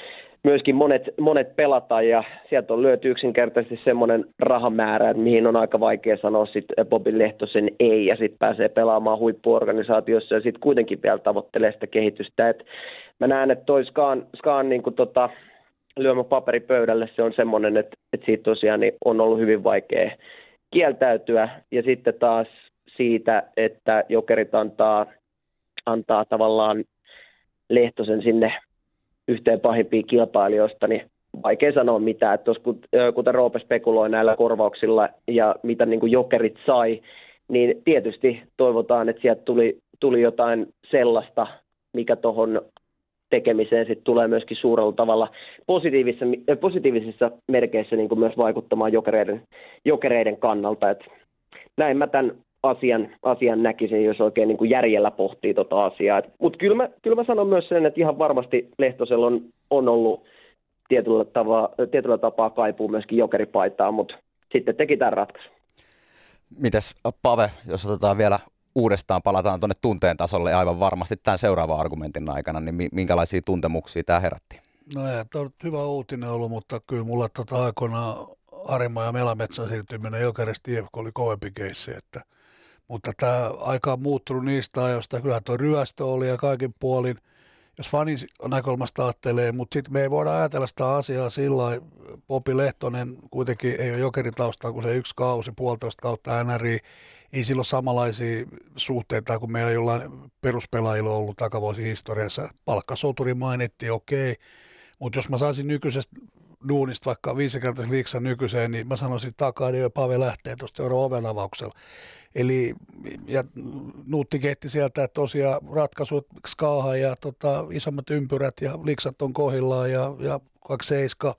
myöskin monet, monet pelata ja sieltä on löyty yksinkertaisesti semmoinen rahamäärä, että mihin on aika vaikea sanoa sitten Bobby Lehtosen ei ja sitten pääsee pelaamaan huippuorganisaatiossa ja sitten kuitenkin vielä tavoittelee sitä kehitystä. Et mä näen, että toi Skaan, Skaan niin kuin tota, lyömä paperi pöydälle, se on semmoinen, että, että siitä tosiaan niin on ollut hyvin vaikea kieltäytyä ja sitten taas siitä, että Jokerit antaa, antaa tavallaan Lehtosen sinne yhteen pahimpia kilpailijoista, niin vaikea sanoa mitään. Että kuten Roope spekuloi näillä korvauksilla ja mitä niin kuin Jokerit sai, niin tietysti toivotaan, että sieltä tuli, tuli jotain sellaista, mikä tuohon tekemiseen sit tulee myöskin suurella tavalla positiivisissa, positiivisissa merkeissä niin kuin myös vaikuttamaan jokereiden, jokereiden kannalta. Et näin mä tämän asian, asian näkisin, jos oikein niin kuin järjellä pohtii tota asiaa. Mutta kyllä mä, kyllä mä sanon myös sen, että ihan varmasti Lehtosella on, on ollut tietyllä, tava, tietyllä tapaa kaipuu myöskin jokeripaitaa, mutta sitten teki tämän ratkaisun. Mites Pave, jos otetaan vielä uudestaan, palataan tuonne tunteen tasolle aivan varmasti tämän seuraavan argumentin aikana, niin minkälaisia tuntemuksia tämä herätti? No ei, tämä on hyvä uutinen ollut, mutta kyllä mulla tota aikoinaan Arimaa ja Melametsän siirtyminen Jokerista I F K oli kovempi keissi, että mutta tämä aika on muuttunut niistä ajoista. Kyllähän tuo ryöstö oli ja kaikin puolin, jos fanin näkökulmasta ajattelee, mutta sitten me ei voida ajatella sitä asiaa sillä lailla. Bobby Lehtonen kuitenkin ei ole jokeritaustaa kuin se yksi kausi, puolitoista kautta N R I. Ei sillä ole samanlaisia suhteita kuin meillä jollain peruspelaajilla on ollut takavuosien historiassa. Palkkasoturi mainittiin, okei. Mutta jos mä saisin nykyisestä duunista vaikka viisikertaisen liiksan nykyiseen, niin mä sanoisin takaa, niin Pave lähtee tuosta Euro oven avauksella. Eli ja Nuutti kehti sieltä, että tosiaan ratkaisut skaaha ja tota, isommat ympyrät ja liksat on kohillaan ja, ja kaksi seiska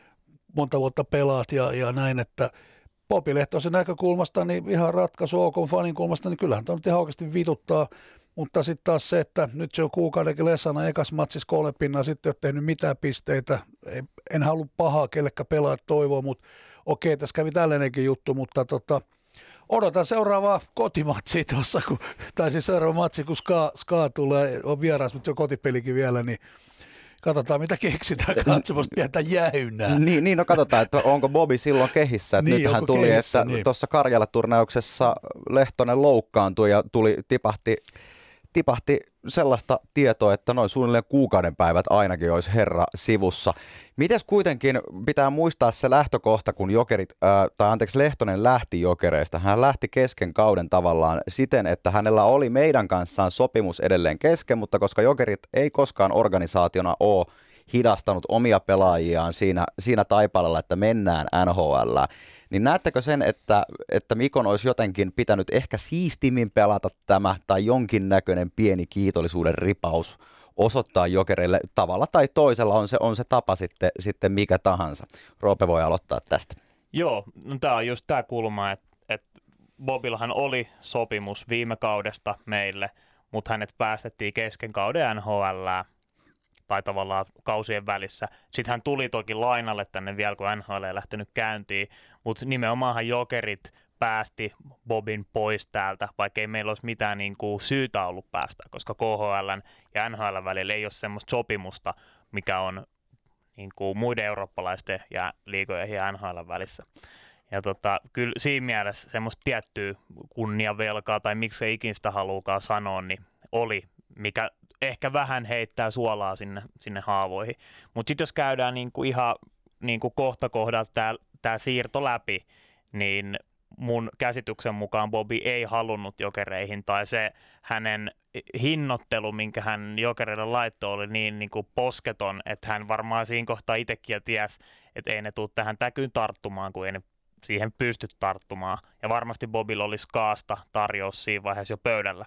monta vuotta pelaat ja, ja näin, että Bobby Lehtosen näkökulmasta niin ihan ratkaisu OK fanin kulmasta, niin kyllähän tämä nyt ihan oikeasti vituttaa. Mutta sitten taas se, että nyt se on kuukaudenkin lesana ekas matsissa kolme pinnaa, sitten ei ole tehnyt mitään pisteitä. En halua pahaa kellekään pelaa toivoa, mutta okei, tässä kävi tällainenkin juttu, mutta tota, odotan seuraavaa kotimatsia tuossa, kun, tai siis seuraava matsi, kun Ska, Ska tulee, on vieras, mutta se on kotipelikin vielä, niin katsotaan, mitä keksitään katsomusta pientä jäynää. Niin, niin, no katsotaan, että onko Bobby silloin kehissä. Että niin, nythän tuli, kehissä, että niin. Tuossa Karjala-turnauksessa Lehtonen loukkaantui ja tuli, tipahti, tipahti sellaista tietoa, että noin suunnilleen kuukauden päivät ainakin olisi herra sivussa. Mites kuitenkin pitää muistaa se lähtökohta, kun Jokerit, äh, tai anteeksi Lehtonen lähti Jokereista. Hän lähti kesken kauden tavallaan siten, että hänellä oli meidän kanssaan sopimus edelleen kesken, mutta koska Jokerit ei koskaan organisaationa ole hidastanut omia pelaajiaan siinä, siinä taipaleella, että mennään N H L, niin näettekö sen, että, että Mikon olisi jotenkin pitänyt ehkä siistimmin pelata tämä tai jonkinnäköinen pieni kiitollisuuden ripaus osoittaa Jokereille tavalla tai toisella, on se, on se tapa sitten, sitten mikä tahansa. Roope voi aloittaa tästä. Joo, no tämä on just tämä kulma, että, että Bobillahan oli sopimus viime kaudesta meille, mutta hänet päästettiin kesken kauden N H L tai tavallaan kausien välissä. Sitten hän tuli toki lainalle tänne vielä, kun N H L ei lähtenyt käyntiin, mutta nimenomaanhan Jokerit päästi Bobin pois täältä, vaikka ei meillä olisi mitään niin kuin syytä ollut päästä, koska K H L ja N H L välillä ei ole semmoista sopimusta, mikä on niin kuin muiden eurooppalaisten ja liigojen ja N H L välissä. Ja tota, kyllä siinä mielessä semmoista tiettyä kunniavelkaa, tai miksi se ikinä sitä haluukaan sanoa, niin oli, mikä ehkä vähän heittää suolaa sinne, sinne haavoihin. Mutta sitten jos käydään niinku ihan niinku kohta kohdalta tämä siirto läpi, niin mun käsityksen mukaan Bobby ei halunnut Jokereihin, tai se hänen hinnoittelu, minkä hän Jokereille laittoi, oli niin, niin kuin posketon, että hän varmaan siinä kohtaa itsekin ties, että ei ne tule tähän täkyyn tarttumaan, kun ei ne siihen pysty tarttumaan. Ja varmasti Bobilla oli Skaasta tarjous siinä vaiheessa jo pöydällä.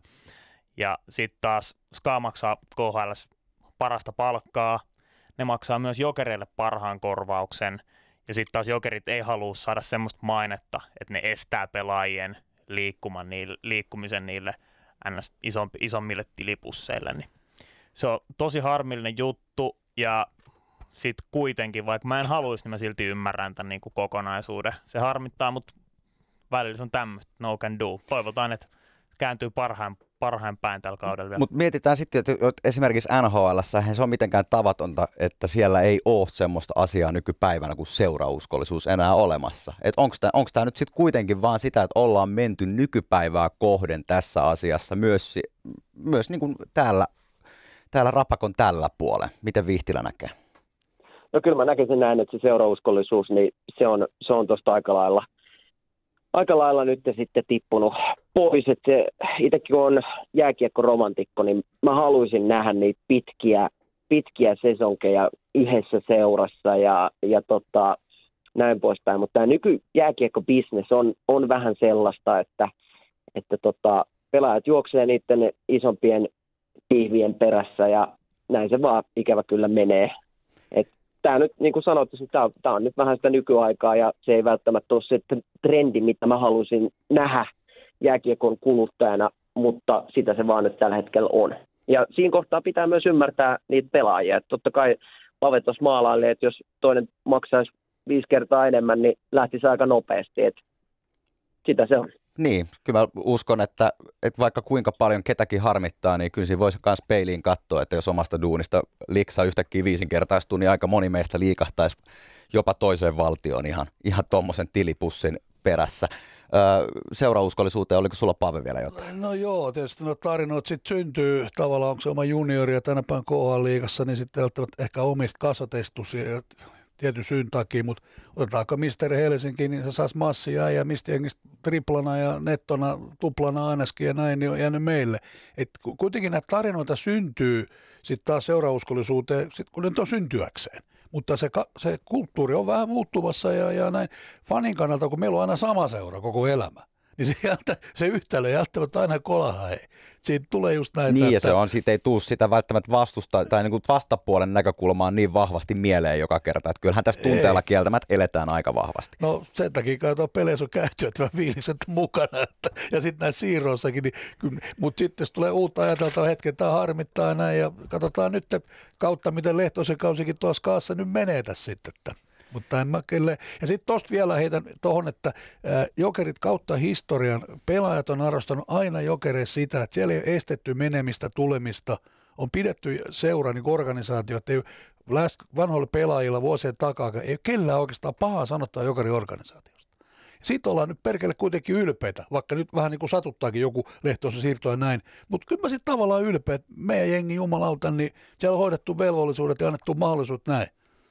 Ja sitten taas Ska maksaa K H L parasta palkkaa, ne maksaa myös Jokereille parhaan korvauksen, ja sitten taas Jokerit ei halua saada semmoista mainetta, että ne estää pelaajien liikkuman, niille, liikkumisen niille ns. Isompi, isommille tilipusseille. Niin se on tosi harmillinen juttu, ja sitten kuitenkin, vaikka mä en haluaisi, niin mä silti ymmärrän tämän niin kuin kokonaisuuden. Se harmittaa, mutta välillä se on tämmöistä, no can do. Toivotaan, että kääntyy parhaan parhain päin tällä kaudella vielä. Mutta mietitään sitten, että esimerkiksi N H L:ssä eihän se ole mitenkään tavatonta, että siellä ei ole semmoista asiaa nykypäivänä kuin seurauskollisuus enää olemassa. Onko tämä nyt sitten kuitenkin vaan sitä, että ollaan menty nykypäivää kohden tässä asiassa myös, myös niin kuin täällä, täällä Rapakon tällä puolella? Miten Vihtilä näkee? No kyllä mä näkisin näin, että se seurauskollisuus, niin se on, se on tuosta aika lailla, aika lailla nyt sitten tippunut pois. Että itsekin kun on jääkiekkoromantikko, niin mä haluaisin nähdä niitä pitkiä, pitkiä sesonkeja yhdessä seurassa ja, ja tota, näin poispäin. Mutta tämä nykyjääkiekkobisnes on, on vähän sellaista, että, että tota, pelaajat juoksee niiden isompien pihvien perässä ja näin se vaan ikävä kyllä menee. Et tämä nyt, niin kuin sanottu, tämä on, tämä on nyt vähän sitä nykyaikaa ja se ei välttämättä ole se trendi, mitä mä haluaisin nähdä jääkiekon kuluttajana, mutta sitä se vaan nyt tällä hetkellä on. Ja siinä kohtaa pitää myös ymmärtää niitä pelaajia. Että totta kai Pave tuossa maalailee, että jos toinen maksaisi viisi kertaa enemmän, niin lähtisi aika nopeasti. Että sitä se on. Niin, kyllä mä uskon, että, että vaikka kuinka paljon ketäkin harmittaa, niin kyllä siinä voisi myös peiliin katsoa, että jos omasta duunista liksa yhtäkkiä viisinkertaistuu, niin aika moni meistä liikahtaisi jopa toiseen valtioon ihan, ihan tuommoisen tilipussin perässä. Öö, seurauskollisuuteen, oliko sulla Pave vielä jotain? No joo, tietysti no tarinoit sitten syntyy, tavallaan onko se oma juniori ja tänä päivänä K H L-liigassa, niin sitten ehkä omista kasvatestusia tietyn syyn takia, mutta otetaanko Mister Helsinki, niin se saisi massia ja mistä jengistä triplana ja nettona, tuplana ainakin ja näin, niin on jäänyt meille. Et kuitenkin näitä tarinoita syntyy sitten taas seurauskollisuuteen, sit kun ne on syntyäkseen. Mutta se, se kulttuuri on vähän muuttumassa ja, ja näin fanin kannalta, kun meillä on aina sama seura koko elämä. Niin se, se yhtälö ei välttämättä aina kolaha. Siitä tulee just näitä. Niin, ja että... se on, siitä ei tule sitä välttämättä vastusta, tai niin kuin vastapuolen näkökulmaa niin vahvasti mieleen joka kerta. Että kyllähän tässä tunteella kieltämättä eletään aika vahvasti. No sen takia kai tuo peleissä on käyty, että vähän viiliset mukana. Että, ja sitten näissä siirroissakin. Niin, mutta sitten jos tulee uutta ajateltavaa hetken, tämä harmittaa näin. Ja katsotaan nyt kautta, miten Lehtosen kausikin tuossa kaassa nyt menee tässä sitten. Että. Mutta en mä kyllä. Ja sitten tosta vielä heitän tuohon, että ää, Jokerit kautta historian pelaajat on arvostanut aina Jokereissa sitä, että siellä ei ole estetty menemistä, tulemista, on pidetty seura niin organisaatio, että ei vanhoilla pelaajilla vuosien takaa, ei ole kellään oikeastaan pahaa sanottaa Jokerin organisaatiosta. Siitä ollaan nyt perkele kuitenkin ylpeitä, vaikka nyt vähän niin kuin satuttaakin joku Lehtoisen siirtoa ja näin. Mutta kyllä mä sitten tavallaan ylpeä, että meidän jengi jumalauta, niin siellä on hoidettu velvollisuudet ja annettu mahdollisuudet näin.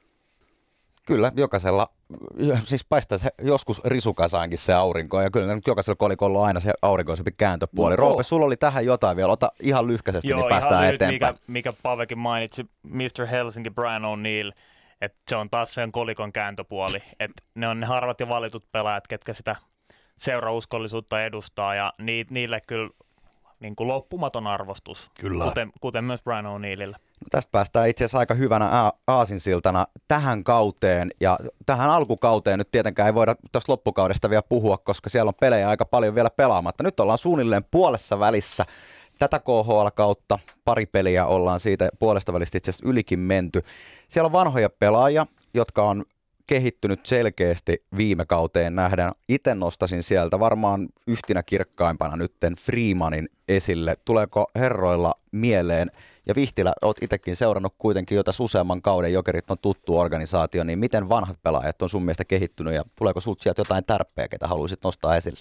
Kyllä, jokaisella, siis paistaa se joskus risukasaankin se aurinko, ja kyllä nyt jokaisella kolikolla on aina se aurinkoisempi kääntöpuoli. No, Roope, sulla oli tähän jotain vielä, ota ihan lyhkäisesti, Joo, niin päästään ihan eteenpäin. Mikä, mikä Pavekin mainitsi, mister Helsinki, Brian O'Neill, että se on taas sen kolikon kääntöpuoli, että ne on ne harvat ja valitut pelaajat, ketkä sitä seurauskollisuutta edustaa, ja ni, niille kyllä niin kuin loppumaton arvostus, kuten, kuten myös Brian O'Neillille. No tästä päästään itse asiassa aika hyvänä aasinsiltana tähän kauteen, ja tähän alkukauteen nyt tietenkään ei voida tuosta loppukaudesta vielä puhua, koska siellä on pelejä aika paljon vielä pelaamatta. Nyt ollaan suunnilleen puolessa välissä tätä K H L-kautta, pari peliä ollaan siitä puolesta välistä itse asiassa ylikin menty. Siellä on vanhoja pelaajia, jotka on kehittynyt selkeästi viime kauteen nähden. Itse nostasin sieltä varmaan yhtenä kirkkaimpana nytten Freemanin esille. Tuleeko herroilla mieleen, ja Vihtilä, olet itsekin seurannut kuitenkin jo tässä useamman kauden, Jokerit on tuttu organisaatio, niin miten vanhat pelaajat on sun mielestä kehittynyt, ja tuleeko sulta sieltä jotain tärppejä, ketä haluaisit nostaa esille?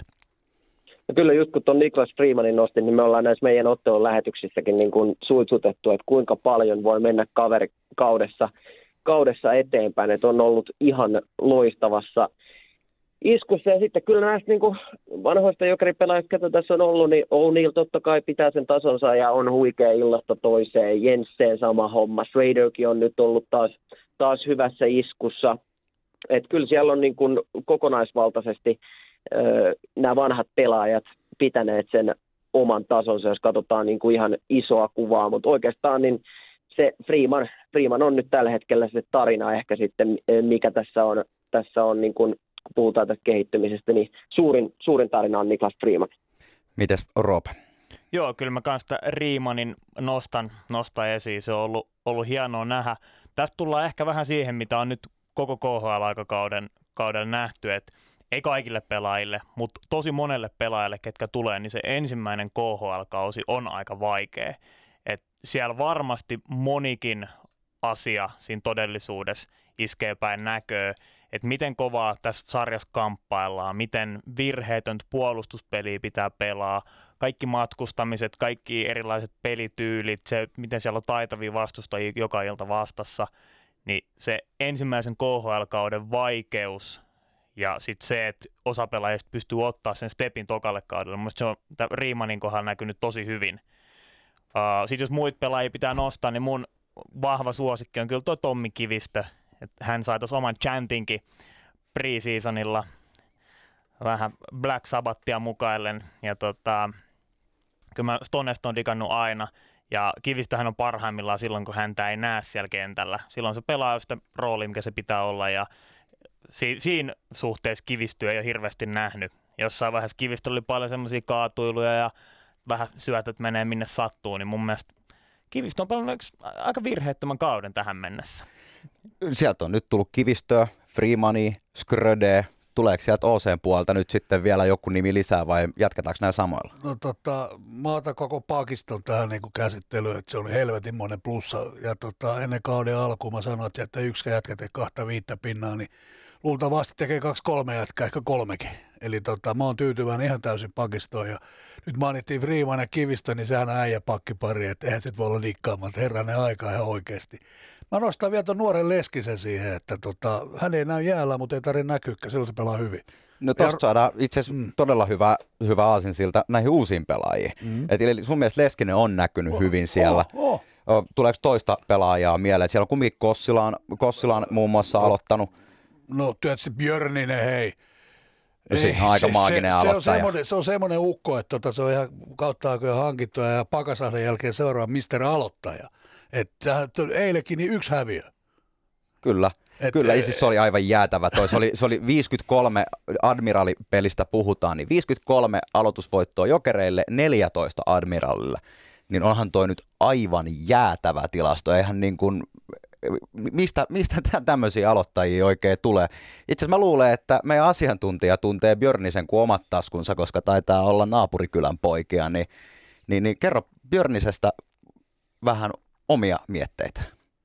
No kyllä just kun tuon Niklas Freemanin nostin, niin me ollaan näissä meidän ottelun lähetyksissäkin niin kuin suitsutettu, että kuinka paljon voi mennä kaveri kaudessa kaudessa eteenpäin, että on ollut ihan loistavassa iskussa. Ja sitten kyllä näistä niin kuin vanhoista jokeripelaajista, ketä tässä on ollut, niin O'Neill totta kai pitää sen tasonsa ja on huikea illasta toiseen. Jensen sama homma. Schraderkin on nyt ollut taas, taas hyvässä iskussa. Että kyllä siellä on niin kuin kokonaisvaltaisesti äh, nämä vanhat pelaajat pitäneet sen oman tasonsa, jos katsotaan niin kuin ihan isoa kuvaa. Mutta oikeastaan niin se Freeman, Freeman on nyt tällä hetkellä se tarina ehkä sitten, mikä tässä on, tässä on niin kuin, kun puhutaan tästä kehittymisestä, niin suurin, suurin tarina on Niklas Freeman. Mites Roope? Joo, kyllä mä kanssa Freemanin nostan, nostan esiin. Se on ollut, ollut hienoa nähdä. Tästä tullaan ehkä vähän siihen, mitä on nyt koko K H L-aikakauden kaudella nähty, että ei kaikille pelaajille, mutta tosi monelle pelaajalle, ketkä tulee, niin se ensimmäinen K H L-kausi on aika vaikea. Et siellä varmasti monikin asia siinä todellisuudessa iskee päin näköä, että miten kovaa tässä sarjassa kamppaillaan, miten virheetöntä puolustuspeliä pitää pelaa, kaikki matkustamiset, kaikki erilaiset pelityylit, se miten siellä on taitavia vastustajia joka ilta vastassa, niin se ensimmäisen K H L-kauden vaikeus ja sitten se, että osa pelaajista pystyy ottaa sen stepin tokalle kaudelle, mielestäni se on Riimanin kohdalla näkynyt tosi hyvin. Uh, sitten jos muita pelaajia pitää nostaa, niin mun vahva suosikki on kyllä tuo Tommi Kivistö. Että hän sai tuossa oman chantinkin pre-seasonilla vähän Black Sabbathia mukaillen. Ja tota, kyllä mä Stonesta on digannut aina. Ja Kivistöhän on parhaimmillaan silloin, kun häntä ei näe siellä kentällä. Silloin se pelaa sitä roolia, mikä se pitää olla. Ja si- siinä suhteessa Kivistyä ei ole hirveästi nähnyt. Jossain vaiheessa Kivistö oli paljon semmoisia kaatuiluja ja vähän syötöt menee minne sattuu, niin mun mielestä Kivistö on pelannut aika virheettömän kauden tähän mennessä. Sieltä on nyt tullut Kivistöä, Freemania, Skröde. Tuleeko sieltä O C:n puolelta nyt sitten vielä joku nimi lisää vai jatketaanko nämä samoilla? No tota, mä otan koko pakiston tähän niin käsittelyyn, että se on helvetinmoinen plussa. Ja tota, ennen kauden alkuun mä sanoin, että yksi jätkä tekee kahta viittä pinnaa, niin luultavasti tekee kaksi kolme jätkää, ehkä kolmekin. Eli tota, mä oon tyytyväinen ihan täysin pakistoon. Ja nyt mainittiin Freeman ja Kivistö, niin sehän on äijä pakkipari, että eihän sit voi olla nikkaamalta herranen aikaa ihan oikeasti. Mä nostan vielä ton nuoren Leskisen siihen, että tota, hän ei näy jäällä, mutta ei tarvitse näkyykään, silloin se pelaa hyvin. No tosta saadaan itse asiassa mm. todella hyvä, hyvä aasinsilta näihin uusiin pelaajiin. Mm. Et eli sun mielestä Leskinen on näkynyt oh, hyvin siellä. Oh, oh. Tuleeko toista pelaajaa mieleen? Siellä on kumminkin Kossilaan, Kossilaan muun muassa oh. aloittanut. No tietysti Björninen, hei. Ei, on aika maaginen se, aloittaja. Se on, semmoinen, se on semmoinen ukko, että tota, se on ihan kautta aikoja hankittua ja Pakasahden jälkeen seuraava mister Aloittaja. Että eilenkin niin yksi häviö. Kyllä. Et, Kyllä, e- siis se oli aivan jäätävä. Toi. Se, oli, se oli viisikymmentäkolme Admiralipelistä puhutaan, niin viisikymmentäkolme aloitusvoittoa Jokereille, neljätoista Admiralille. Niin onhan toi nyt aivan jäätävä tilasto. Eihän niin kuin, mistä, mistä tämmöisiä aloittajia oikein tulee? Itse asiassa mä luulen, että meidän asiantuntija tuntee Björnisen kuin omat taskunsa, koska taitaa olla naapurikylän poikia. Niin, niin, niin kerro Björnisestä vähän omia mietteitä.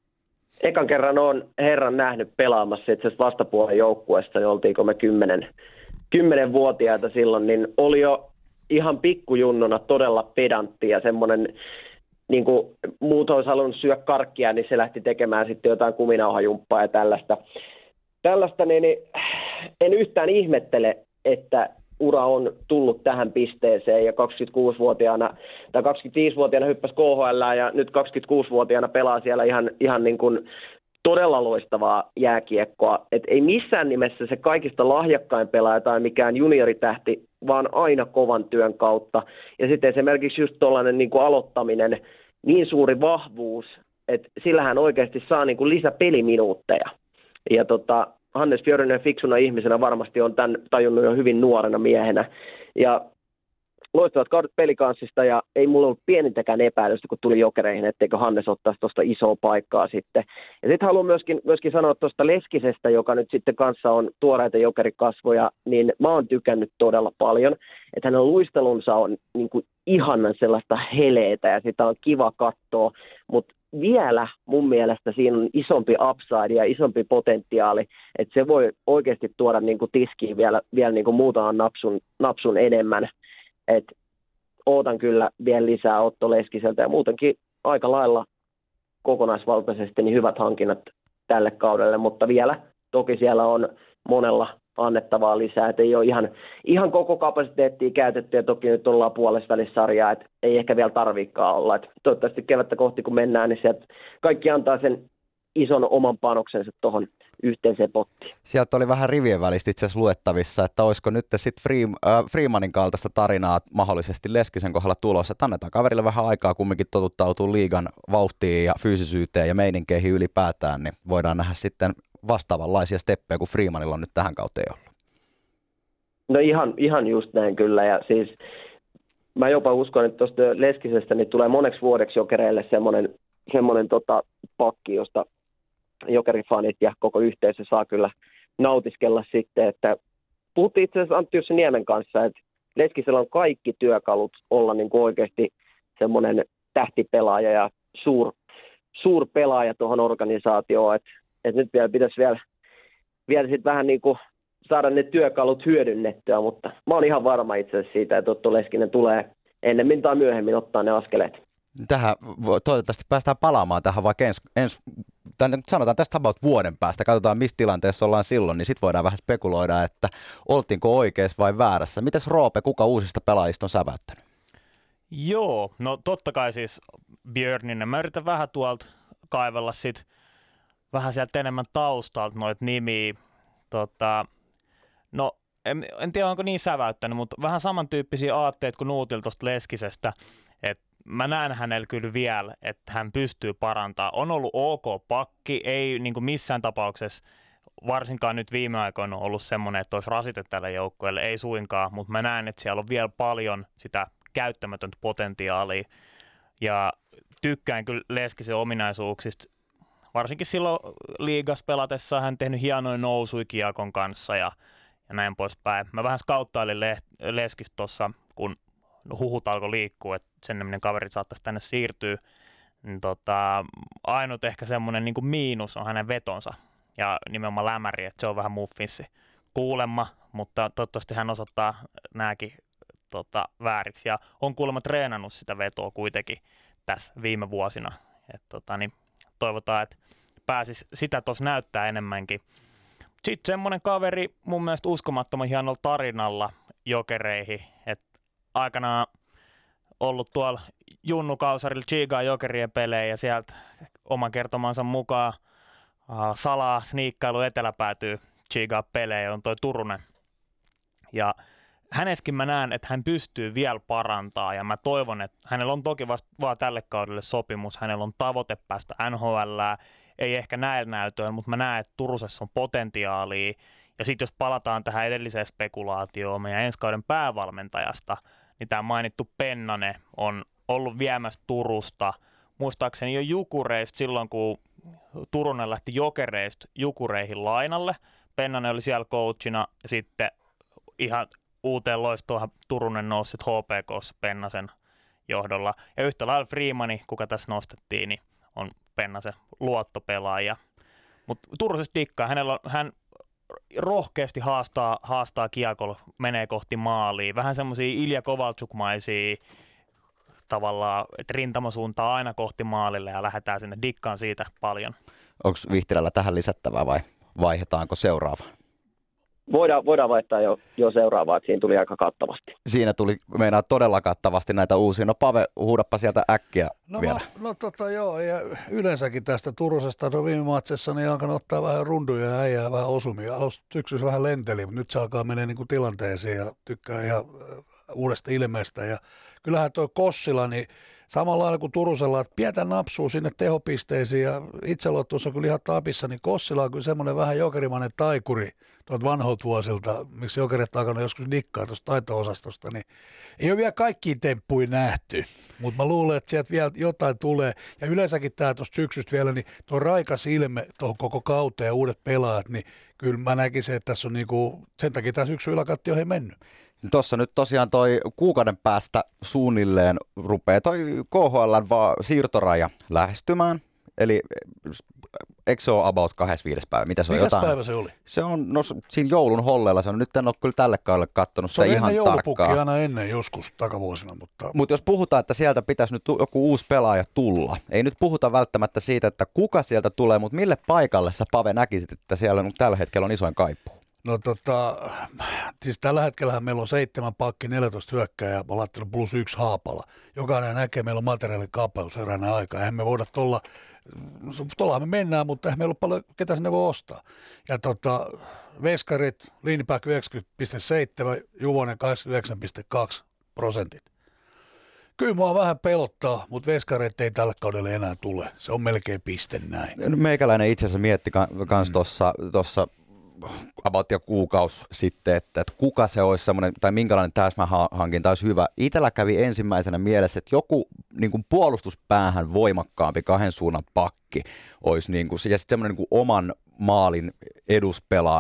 Ekan kerran olen herran nähnyt pelaamassa itse asiassa vastapuolen joukkueesta, jo oltiinko me kymmenen, kymmenenvuotiaita silloin, niin oli jo ihan pikkujunnuna todella pedantti ja semmoinen, niin kuin muut olisi halunnut syödä karkkia, niin se lähti tekemään sitten jotain kuminauhajumppaa ja tällaista. Tällaista, niin, niin en yhtään ihmettele, että ura on tullut tähän pisteeseen ja kaksikymmentäkuusivuotiaana tai kaksikymmentäviisivuotiaana hyppäsi K H L ja nyt kaksikymmentäkuusivuotiaana pelaa siellä ihan, ihan niin kuin todella loistavaa jääkiekkoa. Et ei missään nimessä se kaikista lahjakkain pelaaja tai mikään junioritähti, vaan aina kovan työn kautta. Ja sitten esimerkiksi just tuollainen niin kuin aloittaminen, niin suuri vahvuus, että sillähän oikeasti saa niin kuin lisäpeliminuutteja. Ja tota, Hannes Björninen fiksuna ihmisenä varmasti on tämän tajunnut jo hyvin nuorena miehenä. Ja loistavat kaudet pelikanssista ja ei mulla ollut pienintäkään epäilystä, kun tuli Jokereihin, etteikö Hannes ottaisi tuosta isoa paikkaa sitten. Ja sitten haluan myöskin, myöskin sanoa tuosta Leskisestä, joka nyt sitten kanssa on tuoreita jokerikasvoja, niin mä oon tykännyt todella paljon. Että hänen luistelunsa on niin kuin ihanan sellaista heleetä ja sitä on kiva katsoa, mutta vielä mun mielestä siinä on isompi upside ja isompi potentiaali, että se voi oikeasti tuoda niin kuin tiskiin vielä, vielä niin kuin muutaman napsun, napsun enemmän. Et ootan kyllä vielä lisää Otto Leskiseltä ja muutenkin aika lailla kokonaisvaltaisesti niin hyvät hankinnat tälle kaudelle, mutta vielä toki siellä on monella annettavaa lisää, että ei ole ihan, ihan koko kapasiteettia käytetty ja toki nyt ollaan puolesvälissarjaa, että ei ehkä vielä tarviikaan olla. Et toivottavasti kevättä kohti kun mennään, niin sieltä kaikki antaa sen ison oman panoksensa tuohon yhteiseen pottiin. Sieltä oli vähän rivien välistä itse asiassa luettavissa, että olisiko nyt sitten Free, äh, Freemanin kaltaista tarinaa mahdollisesti Leskisen kohdalla tulossa. Että annetaan kaverille vähän aikaa kumminkin totuttautua liigan vauhtiin ja fyysisyyteen ja meininkeihin ylipäätään, niin voidaan nähdä sitten vastaavanlaisia steppejä kuin Freemanilla on nyt tähän kauteen ollut. No ihan, ihan just näin kyllä ja siis mä jopa uskon, että tuosta Leskisestä niin tulee moneksi vuodeksi Jokereille semmoinen, semmoinen tota, pakki, josta Jokerifanit ja koko yhteisö saa kyllä nautiskella sitten, että puhuttiin itse asiassa Antti Jussi Niemen kanssa, että Leskisellä on kaikki työkalut olla niin kuin oikeasti semmoinen tähtipelaaja ja suur, suurpelaaja tuohon organisaatioon, että et nyt vielä pitäisi vielä, vielä sit vähän niin kuin saada ne työkalut hyödynnettyä, mutta mä oon ihan varma itse asiassa siitä, että Otto Leskinen tulee ennemmin tai myöhemmin ottaa ne askeleet. Tähän toivottavasti päästään palaamaan tähän vaikka ens, ens, sanotaan tästä about vuoden päästä, katsotaan missä tilanteessa ollaan silloin, niin sitten voidaan vähän spekuloida, että oltiinko oikeassa vai väärässä. Mites Roope, kuka uusista pelaajista on säväyttänyt? Joo, no totta kai siis Björninen. Mä yritän vähän tuolta kaivella sit vähän sieltä enemmän taustalta noita nimiä. Tota, no en, en tiedä onko niin säväyttänyt, mutta vähän samantyyppisiä aatteita kuin Nuutil tuosta Leskisestä, että mä näen hänellä kyllä vielä, että hän pystyy parantamaan. On ollut ok pakki, ei niin kuin missään tapauksessa, varsinkaan nyt viime aikoina on ollut semmoinen, että olisi rasite tälle joukkueelle, ei suinkaan, mutta mä näen, että siellä on vielä paljon sitä käyttämätöntä potentiaalia. Ja tykkään kyllä Leskisen ominaisuuksista, varsinkin silloin liigassa pelatessa hän tehnyt hienoja nousuja Kiekon kanssa ja, ja näin poispäin. Mä vähän skauttailin Le- Leskistä tuossa, kun huhut alkoi liikkua, että sen niminen kaveri saattaisi tänne siirtyä. Niin tota, ainut ehkä semmoinen niin kuin miinus on hänen vetonsa ja nimenomaan lämäri, että se on vähän muffinssi kuulemma, mutta toivottavasti hän osoittaa nämäkin tota, vääriksi ja on kuulemma treenannut sitä vetoa kuitenkin tässä viime vuosina. Et, tota, niin toivotaan, että pääsisi sitä tuossa näyttää enemmänkin. Sitten semmoinen kaveri mun mielestä uskomattoman hienolla tarinalla Jokereihin, että aikanaan ollut tuolla Junnu Kausarilla Chigaa Jokerien pelejä ja sieltä oman kertomansa mukaan uh, salaa sniikkailu etelä päätyy Chigaa pelejä, on toi Turunen. Ja hänessäkin mä näen, että hän pystyy vielä parantaa ja mä toivon, että hänellä on toki vasta vaan tälle kaudelle sopimus, hänellä on tavoite päästä N H L:ään, ei ehkä näillä näytöillä, mutta mä näen, että Turusessa on potentiaalia. Ja sitten jos palataan tähän edelliseen spekulaatioon meidän ensi kauden päävalmentajasta, niin tämä mainittu Pennanen on ollut viemässä Turusta, muistaakseni jo Jukureista silloin, kun Turunen lähti Jokereista Jukureihin lainalle. Pennanen oli siellä coachina ja sitten ihan uuteen loistoon Turunen nousi H P K:ssa Pennasen johdolla. Ja yhtä lailla Freemani, kuka tässä nostettiin, niin on Pennasen luottopelaaja. Mutta Turusesta dikkaa, hänellä on, hän rohkeasti haastaa, haastaa kiekolla, menee kohti maalia. Vähän semmoisia Ilja Kovalchuk-maisia tavallaan, että rintamasuuntaa aina kohti maalille ja lähdetään sinne. Dikkaan siitä paljon. Onko Vihtilällä tähän lisättävää vai vaihdetaanko seuraava? Voidaan, voidaan vaihtaa jo, jo seuraavaa, että siinä tuli aika kattavasti. Siinä tuli meinaa todella kattavasti näitä uusia. No Pave, huudappa sieltä äkkiä no, vielä. Mä, no tota joo, ja yleensäkin tästä Turusesta, no viime matsessa niin alkanut ottaa vähän runduja ja äijää vähän osumia. Alussa syksyssä vähän lenteli, mutta nyt se alkaa mennä niin kuin tilanteeseen ja tykkää ihan uudesta ilmeestä. Ja kyllähän tuo Kossila, niin samalla lailla kuin Turusella, että pientä napsuu sinne tehopisteisiin ja itseluottamus on kyllä ihan tapissa, niin Kossila on kyllä semmoinen vähän jokerimainen taikuri tuolta vanhoilta vuosilta, miksi jokerit takana joskus dikkaa tuosta taito-osastosta, niin ei ole vielä kaikkia temppuja nähty, mutta mä luulen, että sieltä vielä jotain tulee. Ja yleensäkin tämä tuosta syksystä vielä, niin tuo raikas ilme tuohon koko kauteen ja uudet pelaajat, niin kyllä mä näkisin, että tässä on niinku, sen takia tämä syksy yläkatti on he mennyt. Tuossa nyt tosiaan toi kuukauden päästä suunnilleen rupeaa toi K H L:n vaan siirtoraja lähestymään. Eli eikö se ole about kahdeskymmenesviides päivä? Mitä se on? Mikäs jotain? päivä se oli? Se on no, siinä joulun holleilla. Se on, nyt en ole kyllä tälle kaudelle katsonut sitä ihan tarkkaan. Se on ennen joulupukki aina ennen joskus takavuosina. Mutta Mut jos puhutaan, että sieltä pitäisi nyt joku uusi pelaaja tulla. Ei nyt puhuta välttämättä siitä, että kuka sieltä tulee, mutta mille paikalle sä Pave näkisit, että siellä tällä hetkellä on isoin kaipuu? No tota, siis tällä hetkellähän meillä on seitsemän pakki, neljätoista hyökkääjää, mä oon laittanut plus yksi Haapala. Jokainen näkee, meillä on materiaalikapeus eräänä aikaa. Eihän me voida tuolla, tuollahan me mennään, mutta eihän meillä ole paljon, ketä sinne voi ostaa. Ja tota, veskarit, Liinipäät yhdeksänkymmentä pilkku seitsemän, Juvonen kahdeksankymmentäyhdeksän pilkku kaksi prosentit. Kyllä mua vähän pelottaa, mutta veskareet ei tällä kaudella enää tule. Se on melkein piste näin. Meikäläinen itse asiassa mietti kans tuossa tossa about jo kuukausi sitten, että, että kuka se olisi semmoinen, tai minkälainen täsmähankinta olisi hyvä. Itellä kävi ensimmäisenä mielessä, että joku niin kuin puolustuspäähän voimakkaampi kahden suunnan pakki olisi, niin kuin, ja sitten semmoinen niin kuin oman maalin eduspelaaja.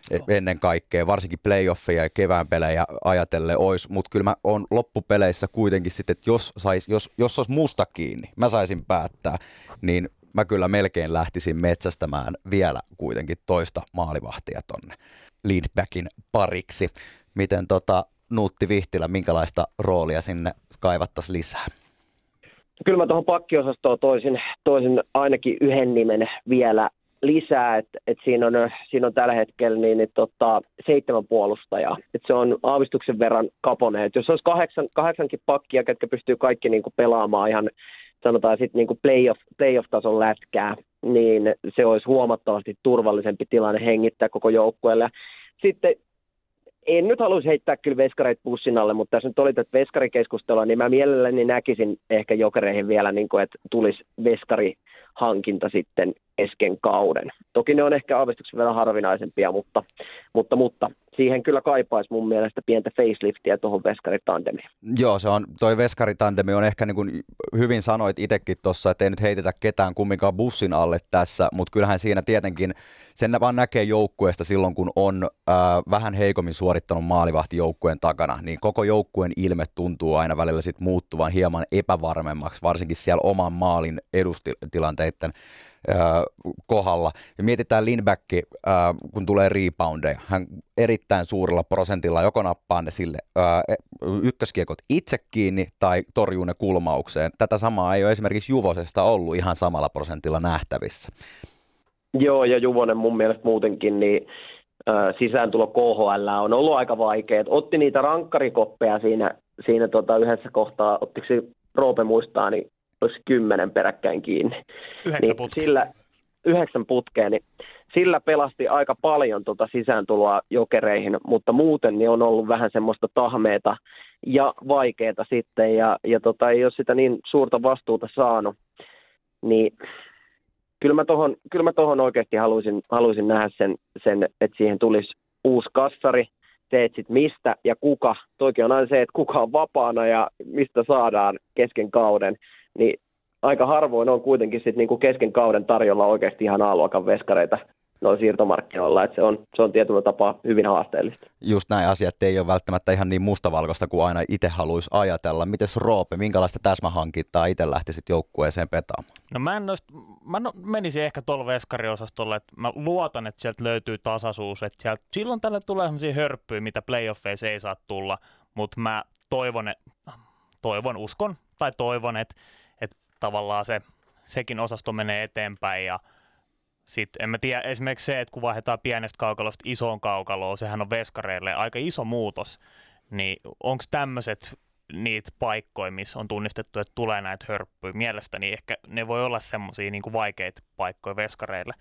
ennen kaikkea, varsinkin playoffeja ja kevään pelejä ajatellen olisi, mutta kyllä mä oon loppupeleissä kuitenkin sitten, että jos, sais, jos, jos olisi musta kiinni, mä saisin päättää, niin mä kyllä melkein lähtisin metsästämään vielä kuitenkin toista maalivahtia tonne Lindbäckin pariksi. Miten tota, Nuutti Vihtilä, minkälaista roolia sinne kaivattaisiin lisää? Kyllä mä tuohon pakkiosastoon toisin, toisin ainakin yhden nimen vielä lisää, että et siinä, on, siinä on tällä hetkellä niin, niin tota, seitsemän puolustajaa. Et se on aavistuksen verran kaponen. Et jos olisi kahdeksan, kahdeksankin pakkia, ketkä pystyy kaikki niin kuin pelaamaan ihan sanotaan sitten niin kuin playoff, playoff-tason lätkää, niin se olisi huomattavasti turvallisempi tilanne hengittää koko joukkueelle. Sitten en nyt haluaisi heittää kyllä veskareita bussin alle, mutta tässä nyt oli tätä veskarikeskustelua, niin mä mielelläni näkisin ehkä Jokereihin vielä, niin kuin, että tulisi veskarihankinta sitten kesken kauden. Toki ne on ehkä aavistuksen verran harvinaisempia, mutta, mutta, mutta siihen kyllä kaipaisi mun mielestä pientä faceliftiä tuohon veskaritandemiin. Joo, se on, toi veskaritandemi on ehkä niin kuin hyvin sanoit itsekin tuossa, että ei nyt heitetä ketään kumminkaan bussin alle tässä, mutta kyllähän siinä tietenkin sen vaan näkee joukkueesta silloin, kun on äh, vähän heikommin suorittanut maalivahti joukkueen takana, niin koko joukkueen ilme tuntuu aina välillä sit muuttuvan hieman epävarmemmaksi, varsinkin siellä oman maalin edustilanteiden kohdalla. Ja mietitään Lindbäcki, äh, kun tulee reboundeja. Hän erittäin suurella prosentilla joko nappaa ne sille äh, ykköskiekot itse kiinni tai torjuu ne kulmaukseen. Tätä samaa ei ole esimerkiksi Juvosesta ollut ihan samalla prosentilla nähtävissä. Joo, ja Juvonen mun mielestä muutenkin, niin äh, sisääntulo K H L on ollut aika vaikea. Otti niitä rankkarikoppeja siinä, siinä tota yhdessä kohtaa, ottiko se Roope muistaa, niin olisi kymmenen peräkkäin kiinni. Yhdeksän niin putkea. Sillä, yhdeksän putkea, niin sillä pelasti aika paljon tota sisääntuloa Jokereihin, mutta muuten niin on ollut vähän semmoista tahmeeta ja vaikeeta sitten, ja, ja tota, ei ole sitä niin suurta vastuuta saanut, niin kyllä mä tohon, kyllä mä tohon oikeasti haluaisin, haluaisin nähdä sen, sen, että siihen tulisi uusi kassari, se, että sit mistä ja kuka, toikin on aina se, että kuka on vapaana ja mistä saadaan kesken kauden, niin aika harvoin on kuitenkin sit niinku kesken kauden tarjolla oikeasti ihan A-luokan veskareita noin siirtomarkkinoilla, että se on, se on tietyllä tapaa hyvin haasteellista. Just näin, asiat ei ole välttämättä ihan niin mustavalkoista kuin aina itse haluaisi ajatella. Mites Roope, minkälaista täsmähankintaa itse lähtisit joukkueeseen petaamaan? No mä, en noist, mä no, menisin ehkä tuolla veskariosastolla, että mä luotan, että sieltä löytyy tasaisuus, että sieltä, silloin tälle tulee sellaisia hörppyjä, mitä playoffeissa ei saa tulla, mutta mä toivon, et, toivon, uskon tai toivon, että, että tavallaan se, sekin osasto menee eteenpäin ja sitten en mä tiedä, esimerkiksi se, että kun vaihdetaan pienestä kaukalosta isoon kaukaloon, sehän on veskareille aika iso muutos, niin onko tämmöiset niitä paikkoja, missä on tunnistettu, että tulee näitä hörppyjä? Mielestäni ehkä ne voi olla semmoisia niin kuin vaikeita paikkoja veskareille.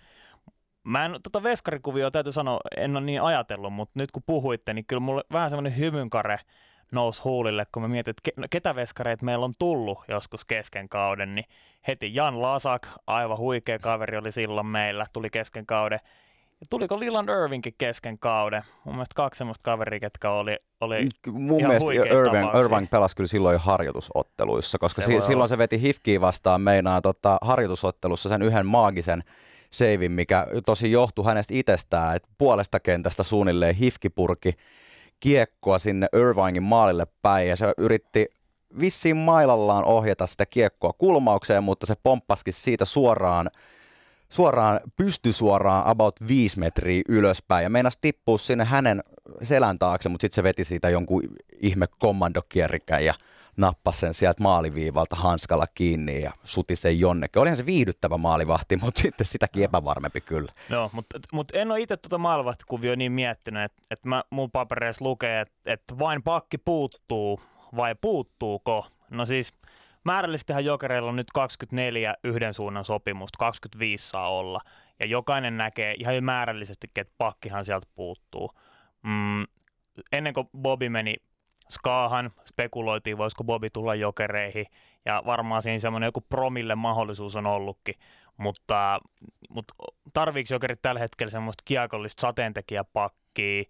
Mä en tota veskarikuvioa täytyy sanoa, en ole niin ajatellut, mutta nyt kun puhuitte, niin kyllä mulle vähän semmoinen hymynkare nousi huulille, kun mä mietin, että ketä veskareita meillä on tullut joskus kesken kauden, niin heti Jan Lasak, aivan huikea kaveri oli silloin meillä, tuli kesken kauden. Ja tuliko Leland Irvingkin kesken kauden? Mun mielestä kaksi semmoista kaveria, ketkä oli, oli Mun ihan mielestä Irving, Irving pelasi kyllä silloin jo harjoitusotteluissa, koska se si- silloin se veti Hifkiä vastaan meinaa tota, harjoitusottelussa sen yhden maagisen seivin, mikä tosi johtui hänestä itsestään, että puolesta kentästä suunnilleen Hifki purki kiekkoa sinne Irvingin maalille päin ja se yritti vissiin mailallaan ohjata sitä kiekkoa kulmaukseen, mutta se pomppasikin siitä suoraan, suoraan pystysuoraan about viisi metriä ylöspäin ja meinasi tippua sinne hänen selän taakse, mutta sitten se veti siitä jonkun ihme kommandokierrikän ja nappasi sen sieltä maaliviivalta hanskalla kiinni ja suti sen jonnekin. Olihan se viihdyttävä maalivahti, mutta sitten sitäkin epävarmempi kyllä. Joo, mutta, mutta en ole itse tuota maalivahtikuvioa niin miettinyt, että, että mä, mun papereissa lukee, että, että vain pakki puuttuu vai puuttuuko? No siis määrällisestihän Jokereilla on nyt kaksikymmentäneljä yhden suunnan sopimusta, kaksikymmentäviisi saa olla. Ja jokainen näkee ihan määrällisesti, että pakkihan sieltä puuttuu. Mm, ennen kuin Bobby meni Skaahan, spekuloitiin, voisiko Bobby tulla Jokereihin. Ja varmaan siinä semmoinen joku promille mahdollisuus on ollutkin. Mutta, mutta tarviiko Jokerit tällä hetkellä semmoista kiekollista sateentekijäpakkia?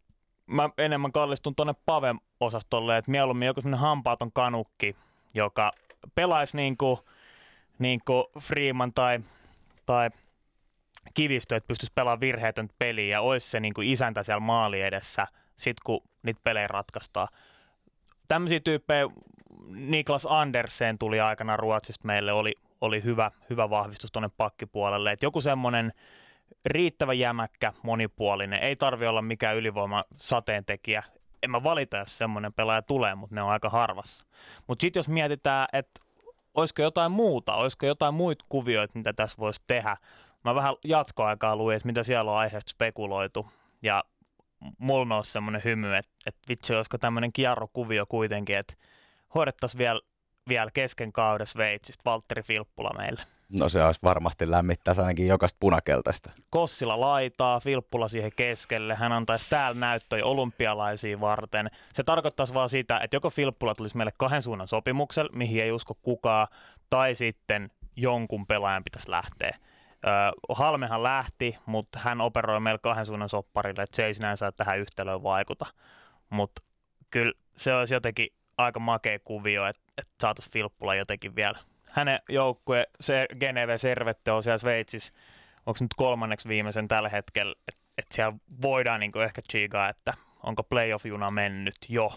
Mä enemmän kallistun tuonne Pave-osastolle, että mieluummin joku semmoinen hampaaton kanukki, joka pelaisi niin kuin, niin kuin Freeman tai, tai kivistö, että pystyisi pelaamaan virheetöntä peliä ja olisi se niin kuin isäntä siellä maali edessä, sit kun niitä pelejä ratkaistaan. Tämmöisiä tyyppejä, Niklas Andersen tuli aikana Ruotsista meille, oli, oli hyvä, hyvä vahvistus tuonne pakkipuolelle. Et joku semmoinen riittävä jämäkkä, monipuolinen, ei tarvi olla mikään ylivoima sateentekijä. En mä valita, jos semmoinen pelaaja tulee, mutta ne on aika harvassa. Mutta sitten jos mietitään, että olisiko jotain muuta, olisiko jotain muita kuvioita, mitä tässä voisi tehdä. Mä vähän jatkoaikaa luin, että mitä siellä on aiheesta spekuloitu. Ja mulla nousi semmoinen hymy, että, että vitsi, olisiko tämmöinen kierrokuvio kuitenkin, että hoidettaisiin vielä, vielä kesken kauden Sveitsistä Valtteri Filppula meille. No se olisi varmasti lämmittäisi ainakin jokaista punakeltaista. Kossila laitaa, Filppula siihen keskelle. Hän antaisi täällä näyttöjä olympialaisia varten. Se tarkoittaisi vaan sitä, että joko Filppula tulisi meille kahden suunnan sopimuksella, mihin ei usko kukaan, tai sitten jonkun pelaajan pitäisi lähteä. Öö, Halmehan lähti, mutta hän operoi meillä kahden suunnan sopparille, että se ei sinänsä tähän yhtälöön vaikuta. Mutta kyllä se olisi jotenkin aika makea kuvio, että, että saataisiin Filppula jotenkin vielä. Hänen joukkue, se Geneve Servette on siellä Sveitsissä, onko nyt kolmanneksi viimeisen tällä hetkellä, että et siellä voidaan niinku ehkä tsiigaa, että onko playoff-juna mennyt jo.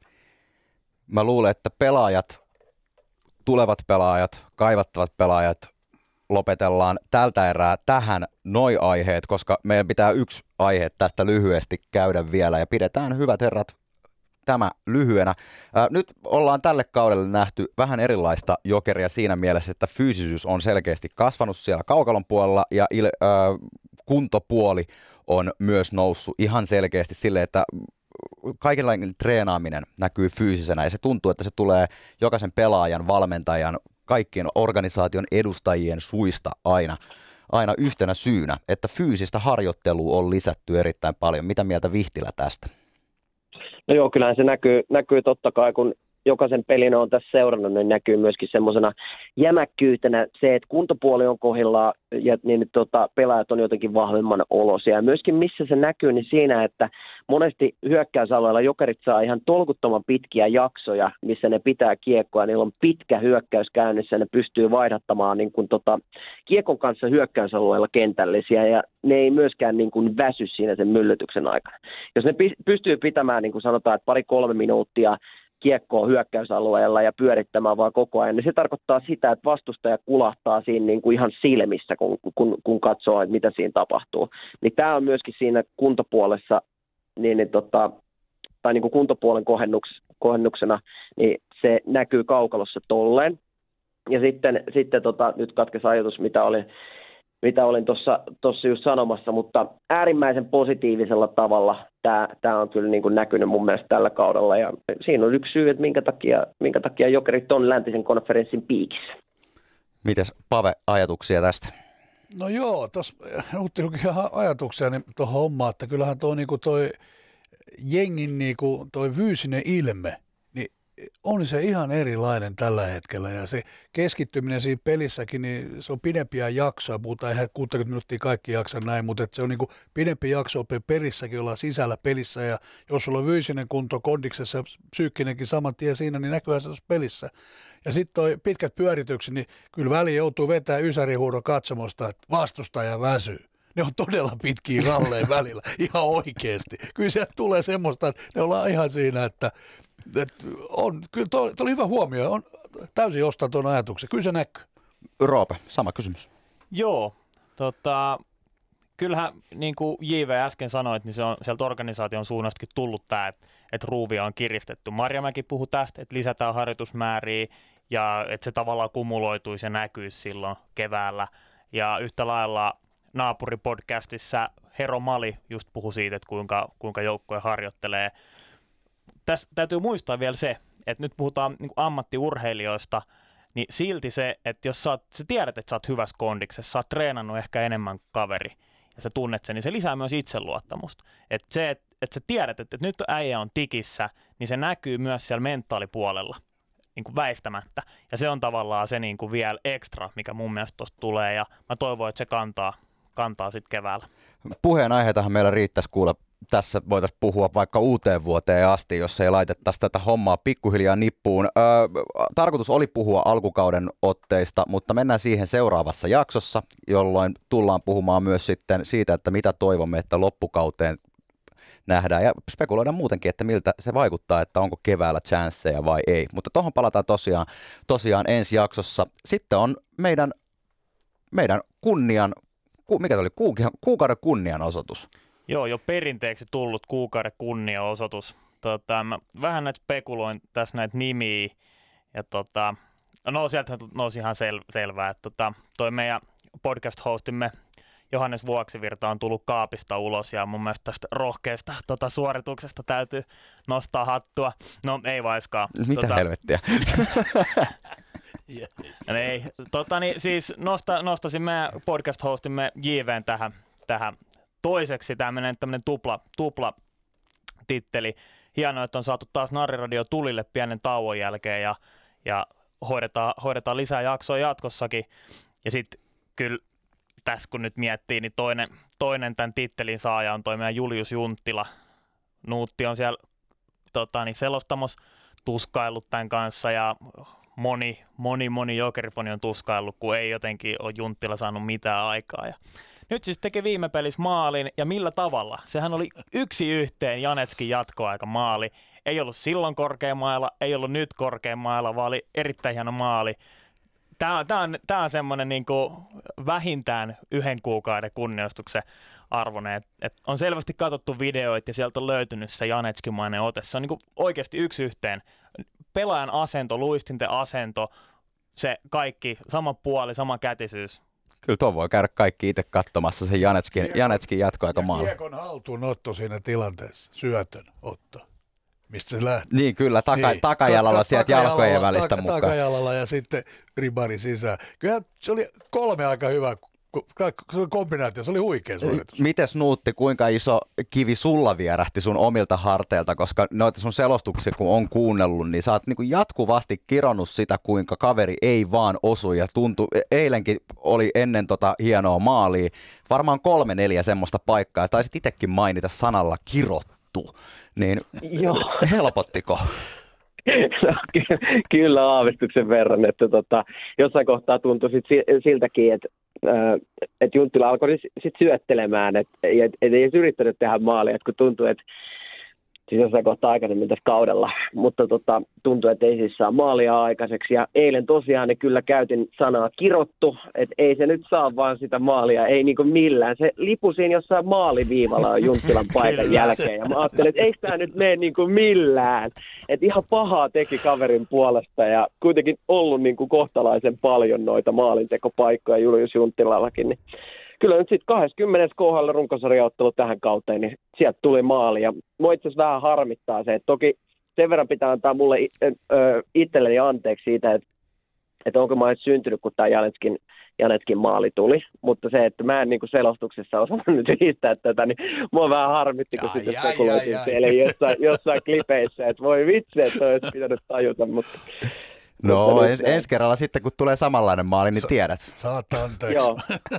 Mä luulen, että pelaajat, tulevat pelaajat, kaivattavat pelaajat lopetellaan tältä erää tähän noi aiheet, koska meidän pitää yksi aihe tästä lyhyesti käydä vielä ja pidetään hyvät herrat tämä lyhyenä. Ää, nyt ollaan tälle kaudelle nähty vähän erilaista Jokeria siinä mielessä, että fyysisyys on selkeästi kasvanut siellä kaukalon puolella ja il, ää, kuntopuoli on myös noussut ihan selkeästi sille, että kaikenlainen treenaaminen näkyy fyysisenä ja se tuntuu, että se tulee jokaisen pelaajan, valmentajan, kaikkien organisaation edustajien suista aina, aina yhtenä syynä, että fyysistä harjoittelua on lisätty erittäin paljon. Mitä mieltä Vihtilä tästä? No joo, kyllähän se näkyy, näkyy totta kai, kun jokaisen pelin on tässä seurannut, niin näkyy myöskin semmoisena jämäkkyytenä se, että kuntopuoli on kohdillaan ja niin tota, pelaajat on jotenkin vahvemman olosia. Ja myöskin missä se näkyy, niin siinä, että monesti hyökkäysalueella Jokerit saa ihan tolkuttoman pitkiä jaksoja, missä ne pitää kiekkoa. Niillä on pitkä hyökkäys käynnissä ja ne pystyy vaihdattamaan niin kuin, tota, kiekon kanssa hyökkäysalueella kentällisiä ja ne ei myöskään niin kuin, väsy siinä sen myllytyksen aikana. Jos ne pystyy pitämään, niin kuin sanotaan, että pari-kolme minuuttia kiekkoa hyökkäysalueella ja pyörittämään vaan koko ajan, niin se tarkoittaa sitä, että vastustaja kulahtaa siinä niin kuin ihan silmissä, kun, kun, kun katsoo, että mitä siinä tapahtuu. Niin tämä on myöskin siinä kuntopuolessa, niin, niin, tota, tai niin kuin kuntopuolen kohennuks, kohennuksena, niin se näkyy kaukalossa tolleen. Ja sitten, sitten tota, nyt katkesi ajatus, mitä olin, mitä olin tuossa just sanomassa, mutta äärimmäisen positiivisella tavalla tämä, tämä on kyllä niin kuin näkynyt mun mielestä tällä kaudella. Ja siinä on yksi syy, että minkä takia, minkä takia Jokerit on läntisen konferenssin piikissä. Mites Pave, ajatuksia tästä? No joo, tuossa Uttilukin ajatuksia niin tuohon hommaan, että kyllähän tuo niinku toi jengin niinku toi fyysinen ilme, niin on se ihan erilainen tällä hetkellä ja se keskittyminen siinä pelissäkin, niin se on pidempiä jaksoja, puhutaan ihan kuusikymmentä minuuttia kaikki jaksa näin, mutta se on niinku pidempi jakso perissäkin, ollaan sisällä pelissä ja jos sulla on fyysinen kunto kondiksessa, psyykkinenkin saman tien siinä, niin näkyyhän se tuossa pelissä. Ja sitten toi pitkät pyöritykset, niin kyllä väliin joutuu vetämään ysärihuudon katsomosta, että vastustaja väsyy. Ne on todella pitkiä ralleja välillä, ihan oikeasti. Kyllä sieltä tulee semmoista, että ne ollaan ihan siinä, että, että on, kyllä toi, toi oli hyvä huomio, on täysin ostaa tuon ajatuksen. Kyllä se näkyy. Roope, sama kysymys. Joo, tota, kyllähän niin kuin J V äsken sanoit, niin se on sieltä organisaation suunnastakin tullut tämä, että, että ruuvia on kiristetty. Marjamäki puhui tästä, että lisätään harjoitusmääriä ja että se tavallaan kumuloituisi ja näkyisi silloin keväällä. Ja yhtä lailla naapuripodcastissa Hero Mali just puhui siitä, että kuinka, kuinka joukkue harjoittelee. Tässä täytyy muistaa vielä se, että nyt puhutaan niin kuin ammattiurheilijoista, niin silti se, että jos sä, oot, sä tiedät, että sä oot hyvässä kondiksessa, sä oot treenannut ehkä enemmän kaveri ja sä tunnet sen, niin se lisää myös itseluottamusta. Että se, että, että sä tiedät, että nyt äijä on tikissä, niin se näkyy myös siellä mentaalipuolella niin kuin väistämättä. Ja se on tavallaan se niin kuin vielä ekstra, mikä mun mielestä tosta tulee ja mä toivon, että se kantaa, kantaa sitten keväällä. Puheenaiheitahan meillä riittäisi kuule tässä voitaisiin puhua vaikka uuteen vuoteen asti, jos ei laitettaisi tätä hommaa pikkuhiljaa nippuun. Öö, tarkoitus oli puhua alkukauden otteista, mutta mennään siihen seuraavassa jaksossa, jolloin tullaan puhumaan myös sitten siitä, että mitä toivomme, että loppukauteen nähdään ja spekuloidaan muutenkin, että miltä se vaikuttaa, että onko keväällä chansseja vai ei. Mutta tuohon palataan tosiaan, tosiaan ensi jaksossa. Sitten on meidän, meidän kunnian, ku, mikä oli, kuukauden kunnianosoitus. Joo, jo perinteeksi tullut kuukauden kunnianosoitus. Tota, mä vähän näitä spekuloin tässä näitä nimiä. Ja tota, no sieltä nousi ihan sel, selvää, että tota, toi meidän podcast-hostimme Johannes Vuoksivirta on tullut kaapista ulos ja mun mielestä tästä rohkeasta tota, suorituksesta täytyy nostaa hattua. No ei vaiskaan. Mitä tota, helvettiä? Yes. Ei, tota, niin, siis nosta, nostaisin meidän podcast-hostimme J V:n tähän, tähän toiseksi tämmöinen tupla, tupla titteli. Hienoa, että on saatu taas Narriradio tulille pienen tauon jälkeen ja, ja hoidetaan, hoidetaan lisää jaksoa jatkossakin. Ja sitten kyllä tässä kun nyt miettii, niin toinen, toinen tämän tittelin saaja on toi meidän Julius Junttila. Nuutti on siellä tota, niin selostamossa tuskaillut tämän kanssa ja moni, moni, moni jokerifoni on tuskaillut, kun ei jotenkin ole Junttila saanut mitään aikaa. Ja nyt siis teki viime pelissä maalin, ja millä tavalla? Sehän oli yksi yhteen Janetskin jatkoaika maali. Ei ollut silloin korkeamailla, ei ollut nyt korkeamailla, vaan oli erittäin hieno maali. Tämä, tämä on, tämä on semmoinen niin kuin vähintään yhden kuukauden kunniostuksen arvoinen. Et, et on selvästi katsottu videoita ja sieltä on löytynyt se Janetskimainen ote. Se on niin kuin oikeasti yksi yhteen. Pelaajan asento, luistinten asento, se kaikki, sama puoli, sama kätisyys. Kyllä tuon voi käydä kaikki itse katsomassa sen Janetskin, Janetskin jatkoaika maali. Ja kiekon haltuunotto siinä tilanteessa, syötön otto. Mistä se lähti? Niin kyllä, taka, niin. takajalalla sieltä taka, jalkojen välistä taka, mukaan. Takajalalla ja sitten ribari sisään. Kyllä se oli kolme aika hyvä kombinaatio, se oli huikea suoritus. Mites Nuutti, kuinka iso kivi sulla vierähti sun omilta harteilta, koska noita sun selostuksia kun on kuunnellut, niin sä oot niinku jatkuvasti kironnut sitä, kuinka kaveri ei vaan osu ja tuntui, eilenkin oli ennen tota hienoa maalia, varmaan kolme neljä semmoista paikkaa, ja taisit itsekin mainita sanalla kirottu, niin Joo. helpottiko? No, ky- kyllä aavistuksen verran, että tota, jossain kohtaa tuntui sit siltäkin, että et Junttila alkoi sit syöttelemään, että et, et ei edes yrittänyt tehdä maalia, että kun tuntui, että siis jossain kohtaa aikaisemmin tässä kaudella, mutta tota, tuntui, että ei siis saa maalia aikaiseksi. Ja eilen tosiaan niin kyllä käytin sanaa kirottu, että ei se nyt saa vaan sitä maalia, ei niinku millään. Se lipu siinä jossain maaliviivalla Junttilan paikan jälkeen. Ja mä ajattelin, että eikö tämä nyt mene niinku millään. Että ihan pahaa teki kaverin puolesta ja kuitenkin ollut niinku kohtalaisen paljon noita maalintekopaikkoja Julius Junttilallakin. Niin kyllä nyt sitten kaksikymmentä K H L runkosarjaottelu tähän kauteen, niin sieltä tuli maali. Ja mua itse asiassa vähän harmittaa se, että toki sen verran pitää antaa mulle itselleni anteeksi siitä, että, että onko mä edes syntynyt, kun tämä Janetskin, Janetskin maali tuli. Mutta se, että mä en niin kuin selostuksessa osannut nyt riistää tätä, niin mua vähän harmitti, kun sitten spekuloitiin siellä jossain, jossain klipeissä, että voi vitsi, että olisi pitänyt tajuta, mutta... No ens, ensi kerralla sitten, kun tulee samanlainen maali, niin tiedät. Saat anteeksi.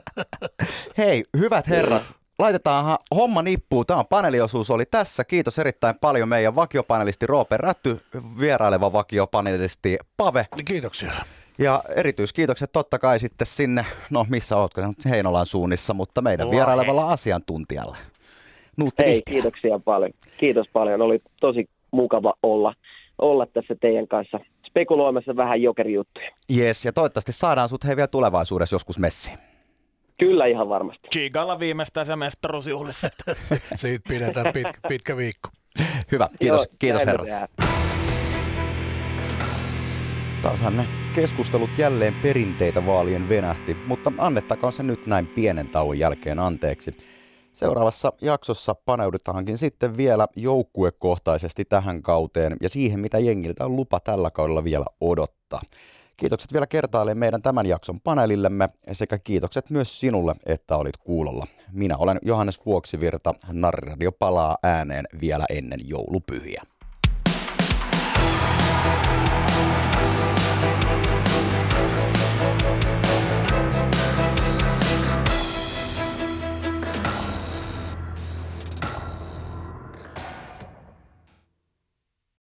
Hei, hyvät herrat, laitetaanhan homma nippuun. Tämä paneeliosuus oli tässä. Kiitos erittäin paljon meidän vakiopanelisti Roope Rätty, vieraileva vakiopanelisti Pave. Kiitoksia. Ja erityiskiitokset totta kai sitten sinne, no missä ootko, Heinolan suunnissa, mutta meidän Lahe. vierailevalla asiantuntijalle. Nuutti Hei, Vihtiä. Kiitoksia paljon. Kiitos paljon. Oli tosi mukava olla, olla tässä teidän kanssa spekuloimassa vähän jokerijuttuja. Jes, ja toivottavasti saadaan sut hei vielä tulevaisuudessa joskus messiin. Kyllä ihan varmasti. Chigalla viimeistään se mestaruusjuhlissa. Siitä pidetään pitkä, pitkä viikko. Hyvä, kiitos, Joo, kiitos näin me herrat. tehdään. Taashan ne keskustelut jälleen perinteitä vaalien venähti, mutta annettakoon se nyt näin pienen tauon jälkeen anteeksi. Seuraavassa jaksossa paneudutaankin sitten vielä joukkuekohtaisesti tähän kauteen ja siihen, mitä jengiltä on lupa tällä kaudella vielä odottaa. Kiitokset vielä kertaalleen meidän tämän jakson paneelillemme sekä kiitokset myös sinulle, että olit kuulolla. Minä olen Johannes Vuoksivirta, Narriradio palaa ääneen vielä ennen joulupyhiä.